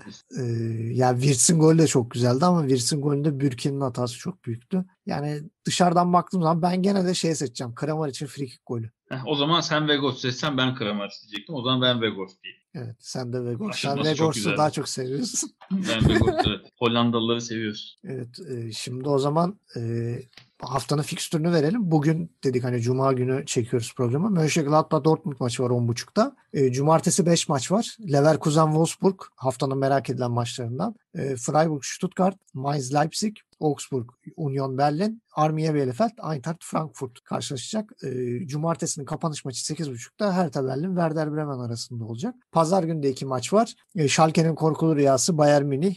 yani Wirtz'in golü de çok güzeldi ama Wirtz'in golünde Bürki'nin hatası çok büyüktü. Yani dışarıdan baktığım zaman ben gene de şey seçeceğim. Kramar için free kick golü. O zaman sen Vegors seçsen ben Kramar diyecektim. O zaman ben Vegors diyeyim. Evet, sen de Vegors. Aşırması Sen Vegors'u daha çok seviyorsun. Ben Vegors evet. Hollandalıları seviyoruz. Evet, şimdi o zaman haftanın fikstürünü verelim. Bugün dedik hani Cuma günü çekiyoruz programı. Mönchengladbach Dortmund maçı var 10.30'da. Cumartesi 5 maç var. Leverkusen Wolfsburg haftanın merak edilen maçlarından. Freiburg Stuttgart, Mainz Leipzig, Augsburg Union Berlin, Arminia Bielefeld, Eintracht Frankfurt karşılaşacak. Cumartesinin kapanış maçı 8.30'da Hertha Berlin, Werder Bremen arasında olacak. Pazar günü de 2 maç var. Schalke'nin korkulu rüyası Bayern Münih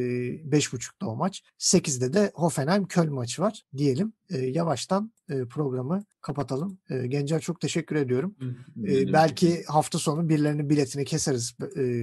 5.30'da o maç. 8'de de Hoffenheim Köln maçı var diyelim. Yavaştan programı kapatalım. Gencer çok teşekkür ediyorum. Belki hafta sonu birilerinin biletini keseriz.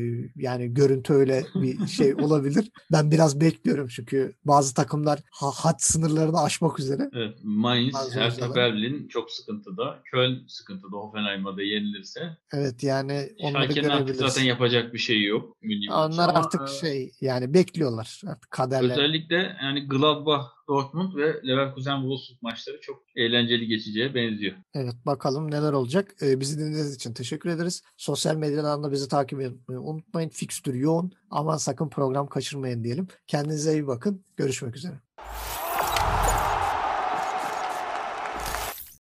Yani görüntü öyle bir şey olabilir. Ben biraz bekliyorum çünkü bazı takımlar had sınırlarını aşmak üzere. Evet, Mainz, Hertha Berlin çok sıkıntıda. Köln sıkıntıda. Hoffenheim'a da yenilirse. Evet yani onları Schalke'nin görebiliriz. artık zaten yapacak bir şey yok. Onlar artık yani bekliyorlar. Artık kaderler. Özellikle yani Gladbach Dortmund ve Leverkusen-Wolfsburg maçları çok eğlenceli geçeceğe benziyor. Evet, bakalım neler olacak. Bizi dinlediğiniz için teşekkür ederiz. Sosyal medyadan da bizi takip etmeyi unutmayın. Fikstür yoğun. Aman sakın program kaçırmayın diyelim. Kendinize iyi bakın. Görüşmek üzere.